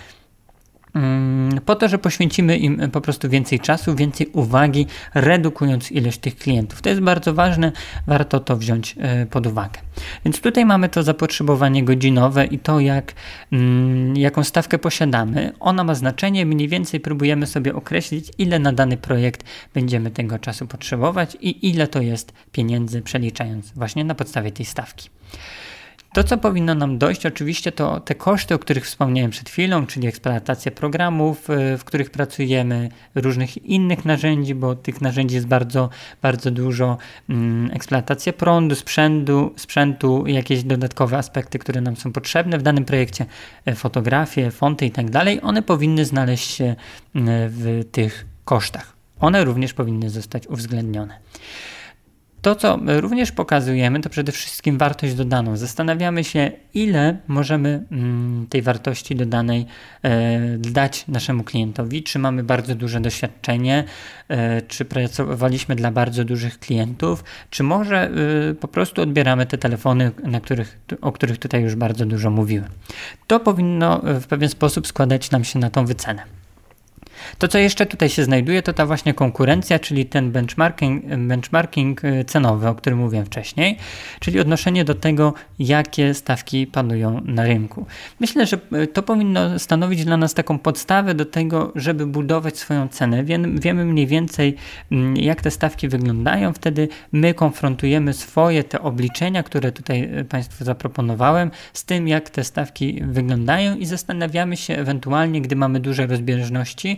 po to, że poświęcimy im po prostu więcej czasu, więcej uwagi, redukując ilość tych klientów. To jest bardzo ważne, warto to wziąć pod uwagę. Więc tutaj mamy to zapotrzebowanie godzinowe i to, jaką stawkę posiadamy. Ona ma znaczenie, mniej więcej próbujemy sobie określić, ile na dany projekt będziemy tego czasu potrzebować i ile to jest pieniędzy, przeliczając właśnie na podstawie tej stawki. To, co powinno nam dojść, oczywiście to te koszty, o których wspomniałem przed chwilą, czyli eksploatacja programów, w których pracujemy, różnych innych narzędzi, bo tych narzędzi jest bardzo, bardzo dużo, eksploatacja prądu, sprzętu, jakieś dodatkowe aspekty, które nam są potrzebne w danym projekcie, fotografie, fonty i tak dalej, one powinny znaleźć się w tych kosztach. One również powinny zostać uwzględnione. To, co również pokazujemy, to przede wszystkim wartość dodaną. Zastanawiamy się, ile możemy tej wartości dodanej dać naszemu klientowi, czy mamy bardzo duże doświadczenie, czy pracowaliśmy dla bardzo dużych klientów, czy może po prostu odbieramy te telefony, o których tutaj już bardzo dużo mówiłem. To powinno w pewien sposób składać nam się na tą wycenę. To, co jeszcze tutaj się znajduje, to ta właśnie konkurencja, czyli ten benchmarking cenowy, o którym mówiłem wcześniej, czyli odnoszenie do tego, jakie stawki panują na rynku. Myślę, że to powinno stanowić dla nas taką podstawę do tego, żeby budować swoją cenę. Wiemy mniej więcej, jak te stawki wyglądają, wtedy my konfrontujemy te obliczenia, które tutaj Państwu zaproponowałem, z tym, jak te stawki wyglądają i zastanawiamy się ewentualnie, gdy mamy duże rozbieżności,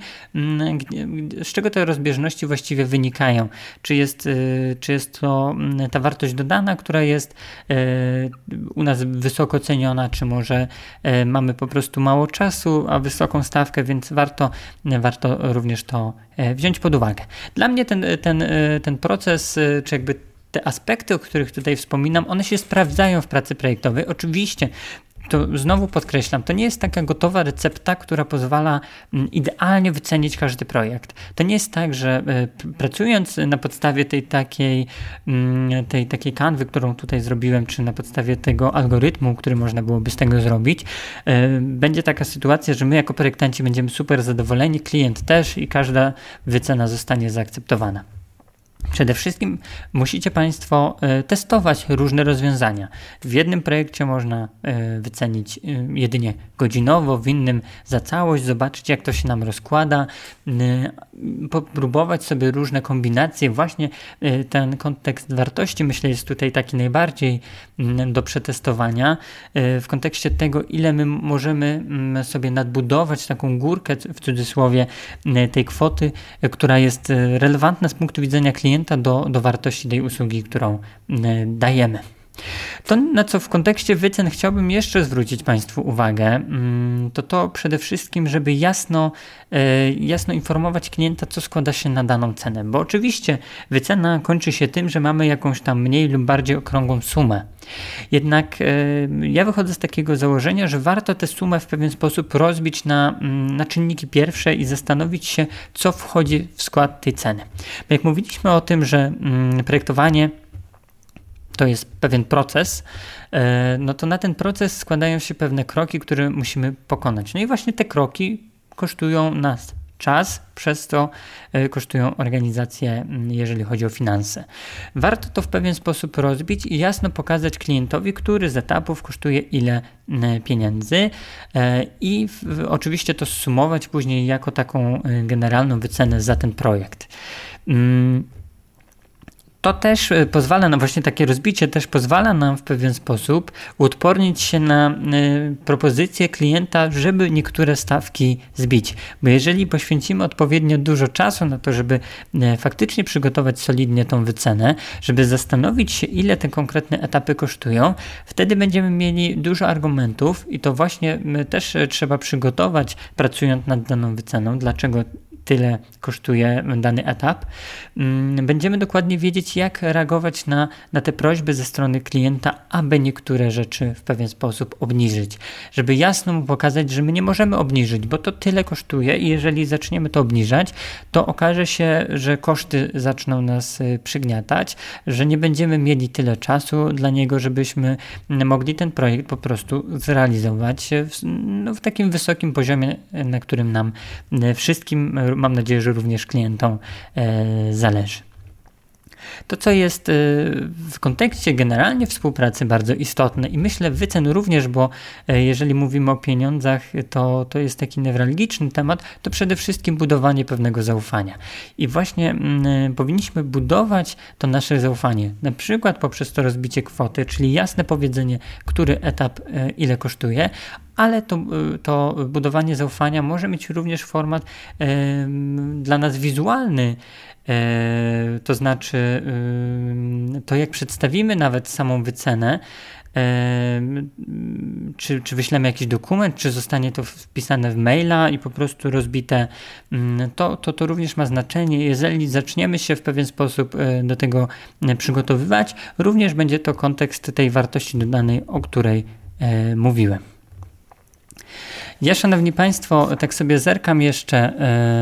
z czego te rozbieżności właściwie wynikają. Czy jest to ta wartość dodana, która jest u nas wysoko ceniona, czy może mamy po prostu mało czasu, a wysoką stawkę, więc warto również to wziąć pod uwagę. Dla mnie ten proces, czy jakby te aspekty, o których tutaj wspominam, one się sprawdzają w pracy projektowej. Oczywiście to znowu podkreślam, to nie jest taka gotowa recepta, która pozwala idealnie wycenić każdy projekt. To nie jest tak, że pracując na podstawie tej takiej kanwy, którą tutaj zrobiłem, czy na podstawie tego algorytmu, który można byłoby z tego zrobić, będzie taka sytuacja, że my jako projektanci będziemy super zadowoleni, klient też i każda wycena zostanie zaakceptowana. Przede wszystkim musicie Państwo testować różne rozwiązania. W jednym projekcie można wycenić jedynie godzinowo, w innym za całość, zobaczyć jak to się nam rozkłada, popróbować sobie różne kombinacje. Właśnie ten kontekst wartości, myślę, jest tutaj taki najbardziej do przetestowania w kontekście tego, ile my możemy sobie nadbudować taką górkę, w cudzysłowie, tej kwoty, która jest relevantna z punktu widzenia klienta do wartości tej usługi, którą dajemy. To, na co w kontekście wycen chciałbym jeszcze zwrócić Państwu uwagę, to przede wszystkim, żeby jasno informować klienta, co składa się na daną cenę, bo oczywiście wycena kończy się tym, że mamy jakąś tam mniej lub bardziej okrągłą sumę. Jednak ja wychodzę z takiego założenia, że warto tę sumę w pewien sposób rozbić na czynniki pierwsze i zastanowić się, co wchodzi w skład tej ceny. Bo jak mówiliśmy o tym, że projektowanie to jest pewien proces, no to na ten proces składają się pewne kroki, które musimy pokonać. No i właśnie te kroki kosztują nas czas, przez to kosztują organizację, jeżeli chodzi o finanse. Warto to w pewien sposób rozbić i jasno pokazać klientowi, który z etapów kosztuje ile pieniędzy i oczywiście to zsumować później jako taką generalną wycenę za ten projekt. To też pozwala nam, właśnie takie rozbicie też pozwala nam w pewien sposób uodpornić się na propozycję klienta, żeby niektóre stawki zbić. Bo jeżeli poświęcimy odpowiednio dużo czasu na to, żeby faktycznie przygotować solidnie tą wycenę, żeby zastanowić się, ile te konkretne etapy kosztują, wtedy będziemy mieli dużo argumentów i to właśnie też trzeba przygotować, pracując nad daną wyceną, dlaczego tyle kosztuje dany etap. Będziemy dokładnie wiedzieć, jak reagować na te prośby ze strony klienta, aby niektóre rzeczy w pewien sposób obniżyć. Żeby jasno mu pokazać, że my nie możemy obniżyć, bo to tyle kosztuje i jeżeli zaczniemy to obniżać, to okaże się, że koszty zaczną nas przygniatać, że nie będziemy mieli tyle czasu dla niego, żebyśmy mogli ten projekt po prostu zrealizować w takim wysokim poziomie, na którym nam wszystkim, mam nadzieję, że również klientom zależy. To, co jest w kontekście generalnie współpracy bardzo istotne i myślę wycen również, bo jeżeli mówimy o pieniądzach, to jest taki newralgiczny temat, to przede wszystkim budowanie pewnego zaufania. I właśnie powinniśmy budować to nasze zaufanie, na przykład poprzez to rozbicie kwoty, czyli jasne powiedzenie, który etap ile kosztuje, ale to budowanie zaufania może mieć również format dla nas wizualny, to znaczy to jak przedstawimy nawet samą wycenę, czy wyślemy jakiś dokument, czy zostanie to wpisane w maila i po prostu rozbite, to również ma znaczenie. Jeżeli zaczniemy się w pewien sposób do tego przygotowywać, również będzie to kontekst tej wartości dodanej, o której mówiłem. Ja, szanowni Państwo, tak sobie zerkam jeszcze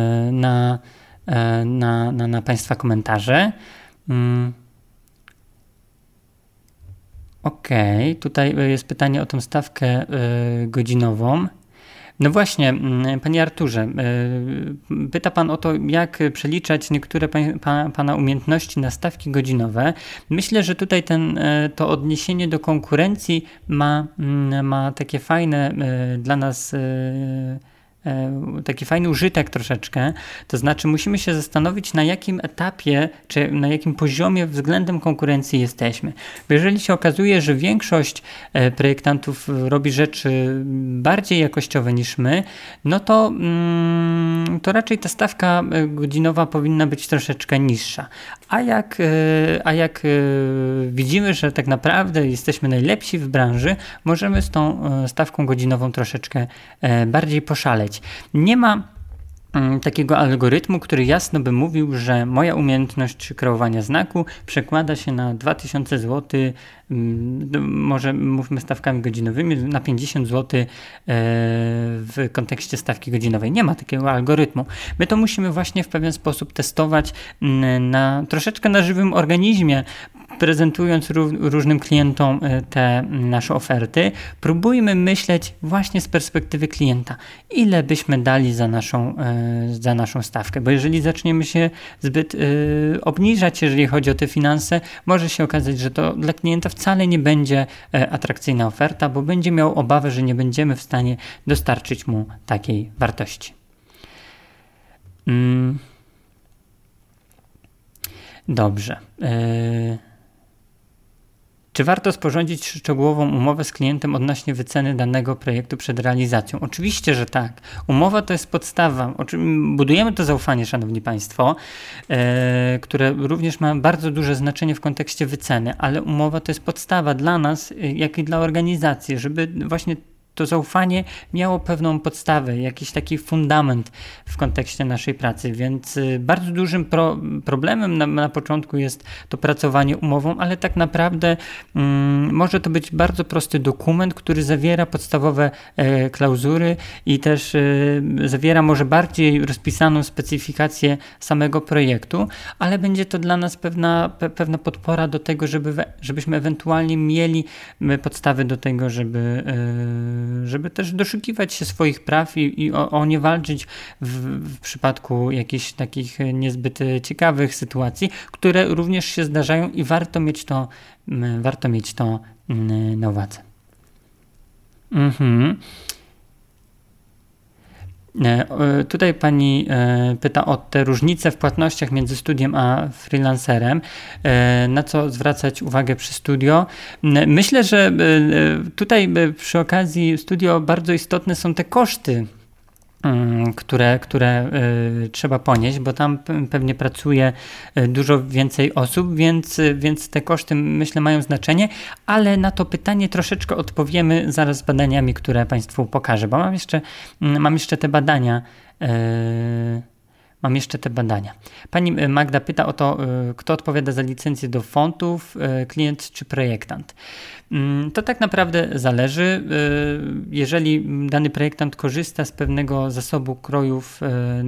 na Państwa komentarze. Okej, tutaj jest pytanie o tą stawkę godzinową. No właśnie, Panie Arturze, pyta Pan o to, jak przeliczać niektóre Pana umiejętności na stawki godzinowe. Myślę, że tutaj to odniesienie do konkurencji ma takie fajne dla nas taki fajny użytek troszeczkę, to znaczy musimy się zastanowić, na jakim etapie, czy na jakim poziomie względem konkurencji jesteśmy. Bo jeżeli się okazuje, że większość projektantów robi rzeczy bardziej jakościowe niż my, no to raczej ta stawka godzinowa powinna być troszeczkę niższa. A jak widzimy, że tak naprawdę jesteśmy najlepsi w branży, możemy z tą stawką godzinową troszeczkę bardziej poszaleć. Nie ma takiego algorytmu, który jasno by mówił, że moja umiejętność kreowania znaku przekłada się na 2000 zł, może mówmy stawkami godzinowymi, na 50 zł w kontekście stawki godzinowej. Nie ma takiego algorytmu. My to musimy właśnie w pewien sposób testować troszeczkę na żywym organizmie, prezentując różnym klientom te nasze oferty, próbujmy myśleć właśnie z perspektywy klienta, ile byśmy dali za naszą stawkę, bo jeżeli zaczniemy się zbyt obniżać, jeżeli chodzi o te finanse, może się okazać, że to dla klienta wcale nie będzie atrakcyjna oferta, bo będzie miał obawę, że nie będziemy w stanie dostarczyć mu takiej wartości. Dobrze. Czy warto sporządzić szczegółową umowę z klientem odnośnie wyceny danego projektu przed realizacją? Oczywiście, że tak. Umowa to jest podstawa. Budujemy to zaufanie, szanowni państwo, które również ma bardzo duże znaczenie w kontekście wyceny, ale umowa to jest podstawa dla nas, jak i dla organizacji, żeby właśnie to zaufanie miało pewną podstawę, jakiś taki fundament w kontekście naszej pracy, więc bardzo dużym problemem na początku jest to pracowanie umową, ale tak naprawdę może to być bardzo prosty dokument, który zawiera podstawowe klauzury i też zawiera może bardziej rozpisaną specyfikację samego projektu, ale będzie to dla nas pewna podpora do tego, żebyśmy ewentualnie mieli podstawy do tego, żeby też doszukiwać się swoich praw i o nie walczyć w przypadku jakichś takich niezbyt ciekawych sytuacji, które również się zdarzają i warto mieć to na uwadze. Tutaj pani pyta o te różnice w płatnościach między studiem a freelancerem, na co zwracać uwagę przy studio. Myślę, że tutaj przy okazji studio bardzo istotne są te koszty, które trzeba ponieść, bo tam pewnie pracuje dużo więcej osób, więc te koszty, myślę, mają znaczenie, ale na to pytanie troszeczkę odpowiemy zaraz badaniami, które Państwu pokażę, bo mam jeszcze te badania. Pani Magda pyta o to, kto odpowiada za licencję do fontów, klient czy projektant. To tak naprawdę zależy. Jeżeli dany projektant korzysta z pewnego zasobu krojów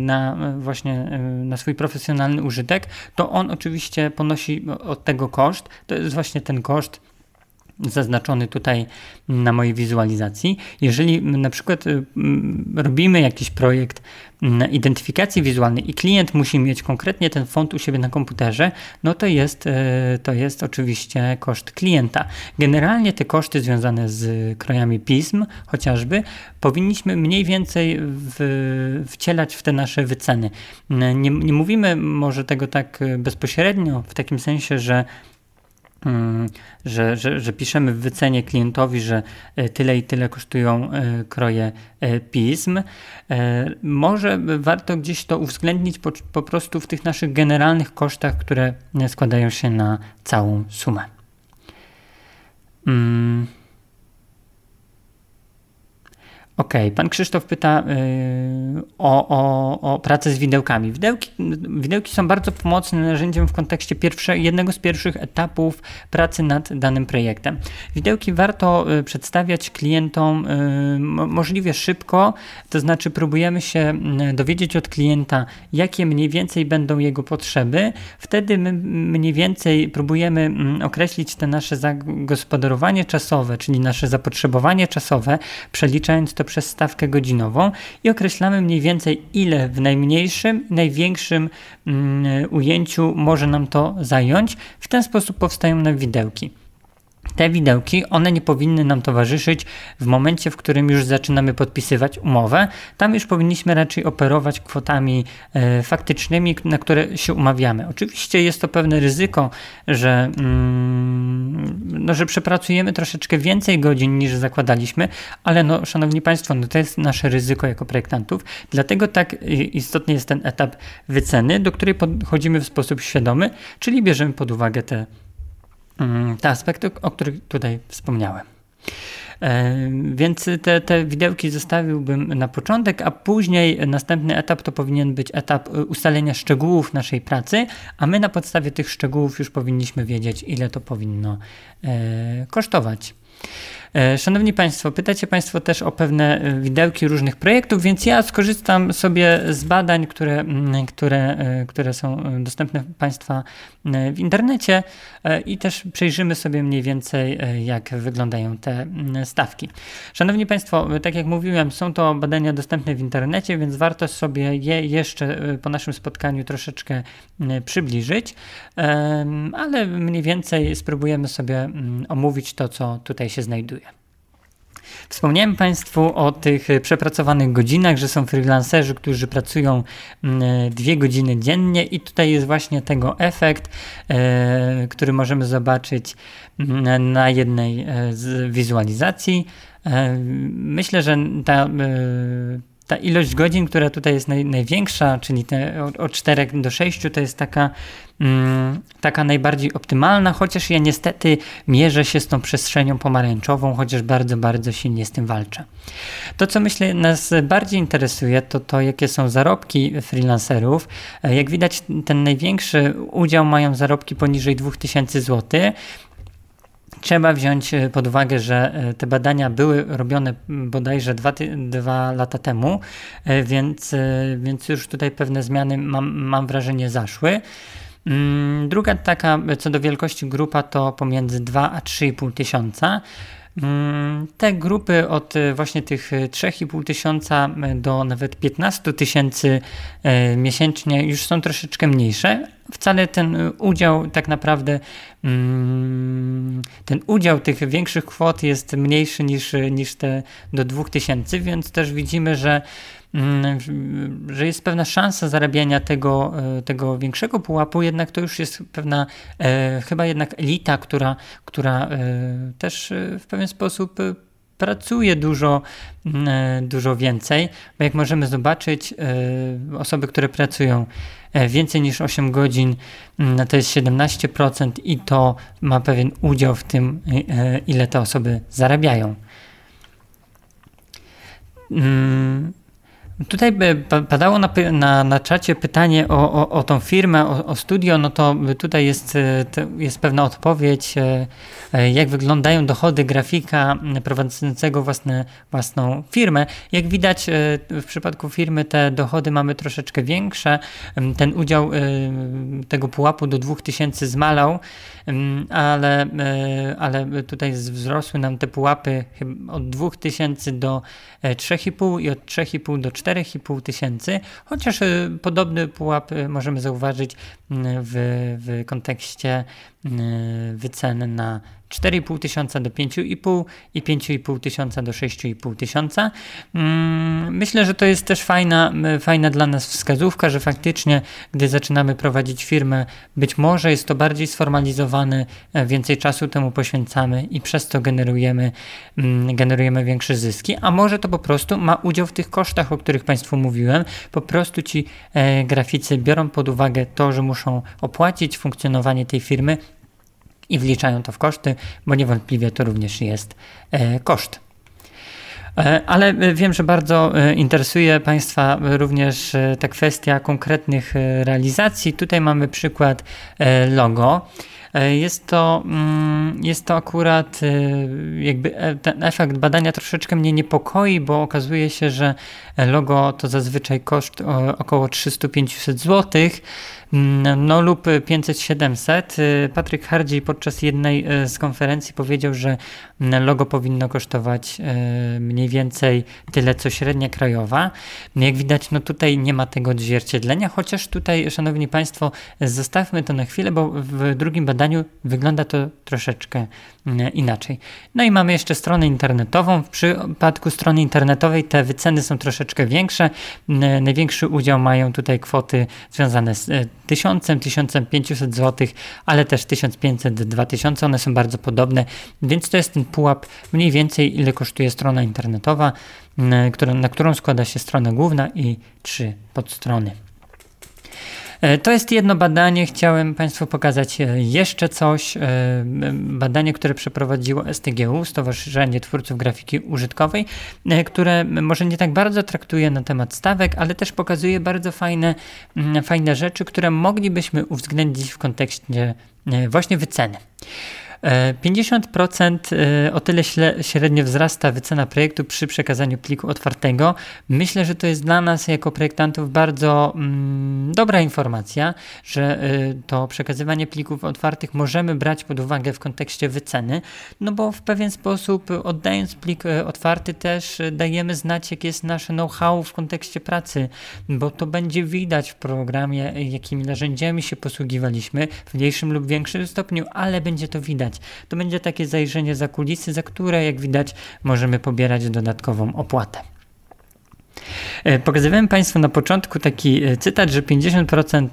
na swój profesjonalny użytek, to on oczywiście ponosi od tego koszt. To jest właśnie ten koszt zaznaczony tutaj na mojej wizualizacji. Jeżeli na przykład robimy jakiś projekt identyfikacji wizualnej i klient musi mieć konkretnie ten font u siebie na komputerze, no to jest oczywiście koszt klienta. Generalnie te koszty związane z krojami pism chociażby powinniśmy mniej więcej wcielać w te nasze wyceny. Nie mówimy może tego tak bezpośrednio w takim sensie, że piszemy w wycenie klientowi, że tyle i tyle kosztują kroje pism. Może warto gdzieś to uwzględnić po prostu w tych naszych generalnych kosztach, które składają się na całą sumę. Pan Krzysztof pyta o pracę z widełkami. Widełki są bardzo pomocnym narzędziem w kontekście jednego z pierwszych etapów pracy nad danym projektem. Widełki warto przedstawiać klientom możliwie szybko, to znaczy próbujemy się dowiedzieć od klienta, jakie mniej więcej będą jego potrzeby. Wtedy my mniej więcej próbujemy określić te nasze zagospodarowanie czasowe, czyli nasze zapotrzebowanie czasowe, przeliczając to przez stawkę godzinową i określamy mniej więcej, ile w najmniejszym, największym ujęciu może nam to zająć. W ten sposób powstają nam widełki. Te widełki, one nie powinny nam towarzyszyć w momencie, w którym już zaczynamy podpisywać umowę. Tam już powinniśmy raczej operować kwotami faktycznymi, na które się umawiamy. Oczywiście jest to pewne ryzyko, że przepracujemy troszeczkę więcej godzin niż zakładaliśmy, ale szanowni państwo, to jest nasze ryzyko jako projektantów. Dlatego tak istotny jest ten etap wyceny, do której podchodzimy w sposób świadomy, czyli bierzemy pod uwagę te aspekty, o których tutaj wspomniałem. Więc te widełki zostawiłbym na początek, a później następny etap to powinien być etap ustalenia szczegółów naszej pracy, a my na podstawie tych szczegółów już powinniśmy wiedzieć, ile to powinno kosztować. Szanowni Państwo, pytacie Państwo też o pewne widełki różnych projektów, więc ja skorzystam sobie z badań, które są dostępne Państwa w internecie i też przejrzymy sobie mniej więcej, jak wyglądają te stawki. Szanowni Państwo, tak jak mówiłem, są to badania dostępne w internecie, więc warto sobie je jeszcze po naszym spotkaniu troszeczkę przybliżyć, ale mniej więcej spróbujemy sobie omówić to, co tutaj się znajduje. Wspomniałem Państwu o tych przepracowanych godzinach, że są freelancerzy, którzy pracują 2 godziny dziennie i tutaj jest właśnie tego efekt, który możemy zobaczyć na jednej z wizualizacji. Myślę, że ta ilość godzin, która tutaj jest największa, czyli te od 4 do 6, to jest taka najbardziej optymalna, chociaż ja niestety mierzę się z tą przestrzenią pomarańczową, chociaż bardzo, bardzo silnie z tym walczę. To, co myślę nas bardziej interesuje, to jakie są zarobki freelancerów. Jak widać, ten największy udział mają zarobki poniżej 2000 zł. Trzeba wziąć pod uwagę, że te badania były robione bodajże 2 lata temu, więc już tutaj pewne zmiany mam wrażenie zaszły. Druga taka co do wielkości grupa to pomiędzy 2 a 3,5 tysiąca. Te grupy od właśnie tych 3,5 tysiąca do nawet 15 tysięcy miesięcznie już są troszeczkę mniejsze. Wcale ten udział tak naprawdę, ten udział tych większych kwot jest mniejszy niż te do 2000, więc też widzimy, że jest pewna szansa zarabiania tego większego pułapu, jednak to już jest pewna chyba jednak elita, która też w pewien sposób pracuje dużo więcej, bo jak możemy zobaczyć, osoby, które pracują więcej niż 8 godzin, to jest 17% i to ma pewien udział w tym, ile te osoby zarabiają. Tutaj padało na czacie pytanie o tą firmę, o studio, no to tutaj jest pewna odpowiedź, jak wyglądają dochody grafika prowadzącego własną firmę. Jak widać, w przypadku firmy te dochody mamy troszeczkę większe, ten udział tego pułapu do 2000 zmalał, ale tutaj wzrosły nam te pułapy od 2000 do 3,5 i od 3,5 do 4,5 tysięcy, chociaż podobny pułap możemy zauważyć w kontekście wycen na 4,5 tysiąca do 5,5 i 5,5 tysiąca do 6,5 tysiąca. Myślę, że to jest też fajna dla nas wskazówka, że faktycznie, gdy zaczynamy prowadzić firmę, być może jest to bardziej sformalizowane, więcej czasu temu poświęcamy i przez to generujemy większe zyski, a może to po prostu ma udział w tych kosztach, o których Państwu mówiłem. Po prostu ci graficy biorą pod uwagę to, że muszą opłacić funkcjonowanie tej firmy i wliczają to w koszty, bo niewątpliwie to również jest koszt. Ale wiem, że bardzo interesuje Państwa również ta kwestia konkretnych realizacji. Tutaj mamy przykład logo. Jest to akurat jakby ten efekt badania troszeczkę mnie niepokoi, bo okazuje się, że logo to zazwyczaj koszt około 300-500 zł, no lub 500-700. Patryk Hardziej podczas jednej z konferencji powiedział, że logo powinno kosztować mniej więcej tyle, co średnia krajowa. Jak widać, no tutaj nie ma tego odzwierciedlenia, chociaż tutaj, szanowni Państwo, zostawmy to na chwilę, bo w drugim badaniu wygląda to troszeczkę inaczej. No i mamy jeszcze stronę internetową. W przypadku strony internetowej te wyceny są troszeczkę większe. Największy udział mają tutaj kwoty związane z 1000-1500 zł, ale też 1500-2000. One są bardzo podobne, więc to jest ten pułap mniej więcej, ile kosztuje strona internetowa, na którą składa się strona główna i 3 podstrony. To jest jedno badanie. Chciałem Państwu pokazać jeszcze coś. Badanie, które przeprowadziło STGU, Stowarzyszenie Twórców Grafiki Użytkowej, które może nie tak bardzo traktuje na temat stawek, ale też pokazuje bardzo fajne rzeczy, które moglibyśmy uwzględnić w kontekście właśnie wyceny. 50% o tyle średnio wzrasta wycena projektu przy przekazaniu pliku otwartego. Myślę, że to jest dla nas jako projektantów bardzo dobra informacja, że to przekazywanie plików otwartych możemy brać pod uwagę w kontekście wyceny, no bo w pewien sposób oddając plik otwarty też dajemy znać, jakie jest nasze know-how w kontekście pracy, bo to będzie widać w programie, jakimi narzędziami się posługiwaliśmy w mniejszym lub większym stopniu, ale będzie to widać. To będzie takie zajrzenie za kulisy, za które, jak widać, możemy pobierać dodatkową opłatę. Pokazywałem Państwu na początku taki cytat, że 50%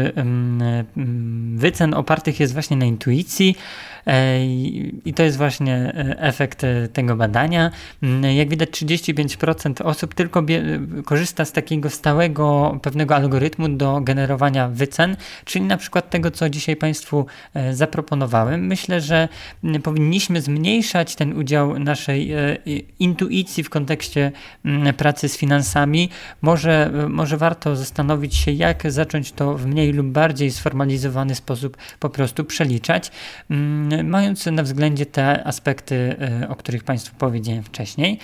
wycen opartych jest właśnie na intuicji i to jest właśnie efekt tego badania. Jak widać 35% osób tylko korzysta z takiego stałego pewnego algorytmu do generowania wycen, czyli na przykład tego, co dzisiaj Państwu zaproponowałem. Myślę, że powinniśmy zmniejszać ten udział naszej intuicji w kontekście pracy z finansami. Może warto zastanowić się, jak zacząć to w mniej lub bardziej sformalizowany sposób po prostu przeliczać, mając na względzie te aspekty, o których Państwu powiedziałem wcześniej.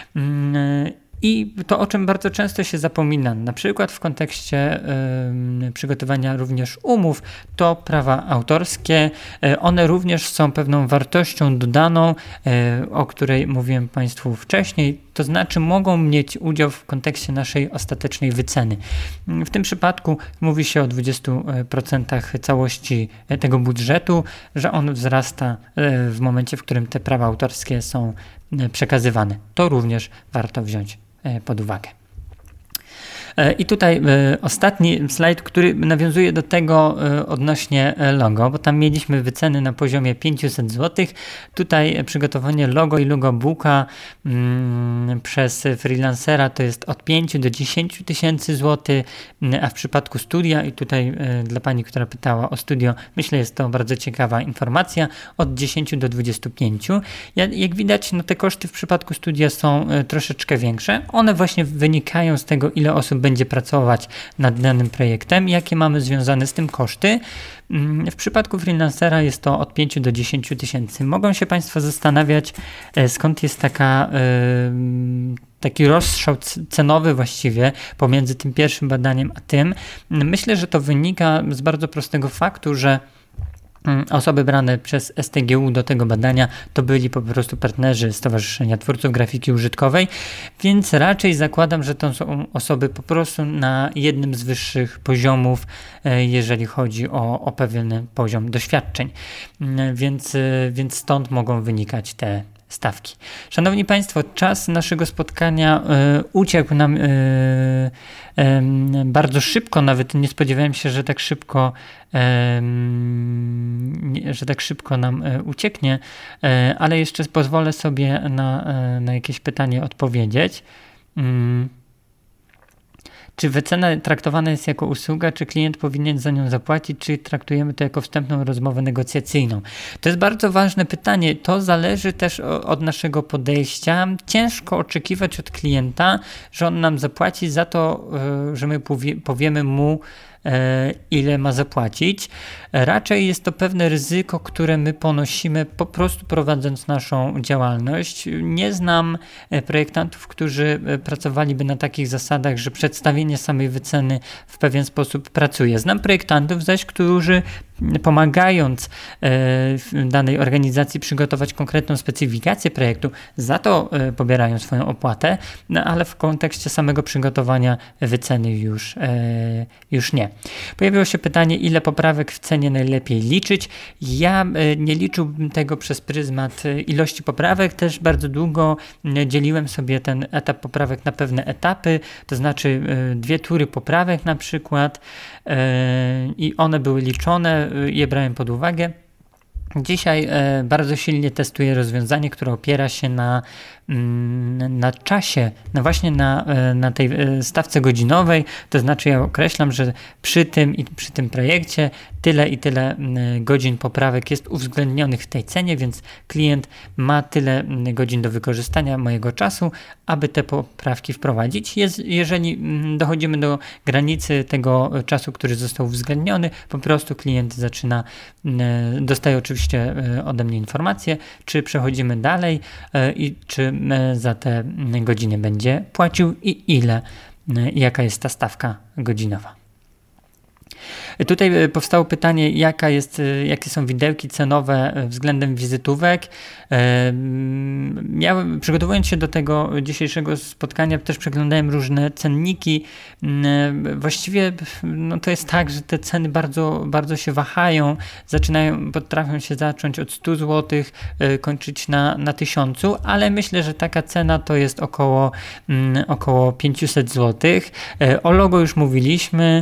I to, o czym bardzo często się zapomina, na przykład w kontekście przygotowania również umów, to prawa autorskie. One również są pewną wartością dodaną, o której mówiłem Państwu wcześniej, to znaczy mogą mieć udział w kontekście naszej ostatecznej wyceny. W tym przypadku mówi się o 20% całości tego budżetu, że on wzrasta w momencie, w którym te prawa autorskie są przekazywane. To również warto wziąć pod uwagę. I tutaj ostatni slajd, który nawiązuje do tego odnośnie logo, bo tam mieliśmy wyceny na poziomie 500 zł. Tutaj przygotowanie logo i logobooka przez freelancera to jest od 5 do 10 tysięcy złotych, a w przypadku studia, i tutaj dla pani, która pytała o studio, myślę, jest to bardzo ciekawa informacja, od 10 do 25. Jak widać, no te koszty w przypadku studia są troszeczkę większe. One właśnie wynikają z tego, ile osób będzie pracować nad danym projektem, jakie mamy związane z tym koszty. W przypadku freelancera jest to od 5 do 10 tysięcy. Mogą się Państwo zastanawiać, skąd jest taki rozstrzał cenowy właściwie pomiędzy tym pierwszym badaniem a tym. Myślę, że to wynika z bardzo prostego faktu, że osoby brane przez STGU do tego badania to byli po prostu partnerzy Stowarzyszenia Twórców Grafiki Użytkowej, więc raczej zakładam, że to są osoby po prostu na jednym z wyższych poziomów, jeżeli chodzi o pewien poziom doświadczeń, więc stąd mogą wynikać te stawki. Szanowni Państwo, czas naszego spotkania uciekł nam bardzo szybko, nawet nie spodziewałem się, że tak szybko nam ucieknie, ale jeszcze pozwolę sobie na jakieś pytanie odpowiedzieć. Czy wycena traktowana jest jako usługa, czy klient powinien za nią zapłacić, czy traktujemy to jako wstępną rozmowę negocjacyjną? To jest bardzo ważne pytanie. To zależy też od naszego podejścia. Ciężko oczekiwać od klienta, że on nam zapłaci za to, że my powiemy mu, ile ma zapłacić. Raczej jest to pewne ryzyko, które my ponosimy po prostu prowadząc naszą działalność. Nie znam projektantów, którzy pracowaliby na takich zasadach, że przedstawienie samej wyceny w pewien sposób pracuje. Znam projektantów zaś, którzy pomagając danej organizacji przygotować konkretną specyfikację projektu, za to pobierają swoją opłatę, no ale w kontekście samego przygotowania wyceny już nie. Pojawiło się pytanie, ile poprawek w cenie najlepiej liczyć. Ja nie liczyłbym tego przez pryzmat ilości poprawek. Też bardzo długo dzieliłem sobie ten etap poprawek na pewne etapy, to znaczy 2 tury poprawek na przykład i one były liczone, je brałem pod uwagę. Dzisiaj bardzo silnie testuję rozwiązanie, które opiera się na czasie, właśnie na tej stawce godzinowej, to znaczy ja określam, że przy tym projekcie tyle i tyle godzin poprawek jest uwzględnionych w tej cenie, więc klient ma tyle godzin do wykorzystania mojego czasu, aby te poprawki wprowadzić. Jeżeli dochodzimy do granicy tego czasu, który został uwzględniony, po prostu klient dostaje oczywiście oczywiście ode mnie informację, czy przechodzimy dalej i czy za te godziny będzie płacił i ile, jaka jest ta stawka godzinowa. Tutaj powstało pytanie, jakie są widełki cenowe względem wizytówek. Przygotowując się do tego dzisiejszego spotkania, też przeglądałem różne cenniki. Właściwie to jest tak, że te ceny bardzo, bardzo się wahają. Potrafią się zacząć od 100 zł, kończyć na 1000, ale myślę, że taka cena to jest około 500 zł. O logo już mówiliśmy.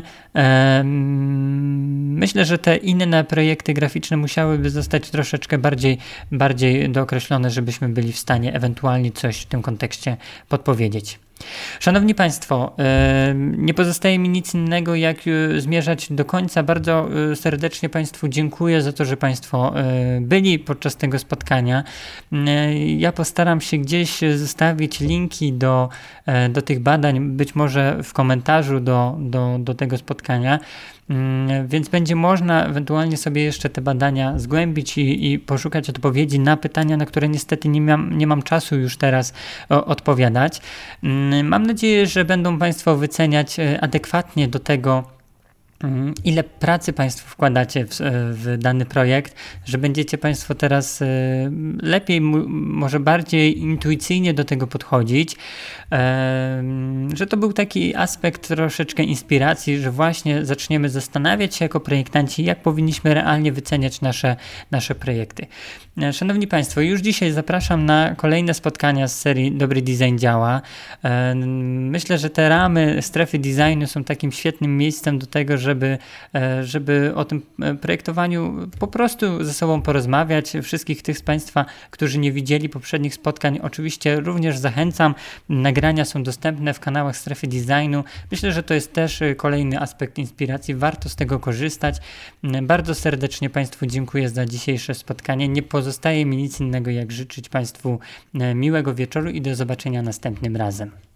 Myślę, że te inne projekty graficzne musiałyby zostać troszeczkę bardziej dookreślone, żebyśmy byli w stanie ewentualnie coś w tym kontekście podpowiedzieć. Szanowni Państwo, nie pozostaje mi nic innego, jak zmierzać do końca. Bardzo serdecznie Państwu dziękuję za to, że Państwo byli podczas tego spotkania. Ja postaram się gdzieś zostawić linki do tych badań, być może w komentarzu do tego spotkania. Więc będzie można ewentualnie sobie jeszcze te badania zgłębić i poszukać odpowiedzi na pytania, na które niestety nie mam czasu już teraz odpowiadać. Mam nadzieję, że będą Państwo adekwatnie do tego, ile pracy Państwo wkładacie w dany projekt, że będziecie Państwo teraz lepiej, może bardziej intuicyjnie do tego podchodzić, że to był taki aspekt troszeczkę inspiracji, że właśnie zaczniemy zastanawiać się jako projektanci, jak powinniśmy realnie wyceniać nasze projekty. Szanowni Państwo, już dzisiaj zapraszam na kolejne spotkania z serii Dobry Design Działa. Myślę, że te ramy strefy designu są takim świetnym miejscem do tego, żeby o tym projektowaniu po prostu ze sobą porozmawiać. Wszystkich tych z Państwa, którzy nie widzieli poprzednich spotkań, oczywiście również zachęcam. Nagrania są dostępne w kanałach Strefy Designu. Myślę, że to jest też kolejny aspekt inspiracji. Warto z tego korzystać. Bardzo serdecznie Państwu dziękuję za dzisiejsze spotkanie. Nie pozostaje mi nic innego, jak życzyć Państwu miłego wieczoru i do zobaczenia następnym razem.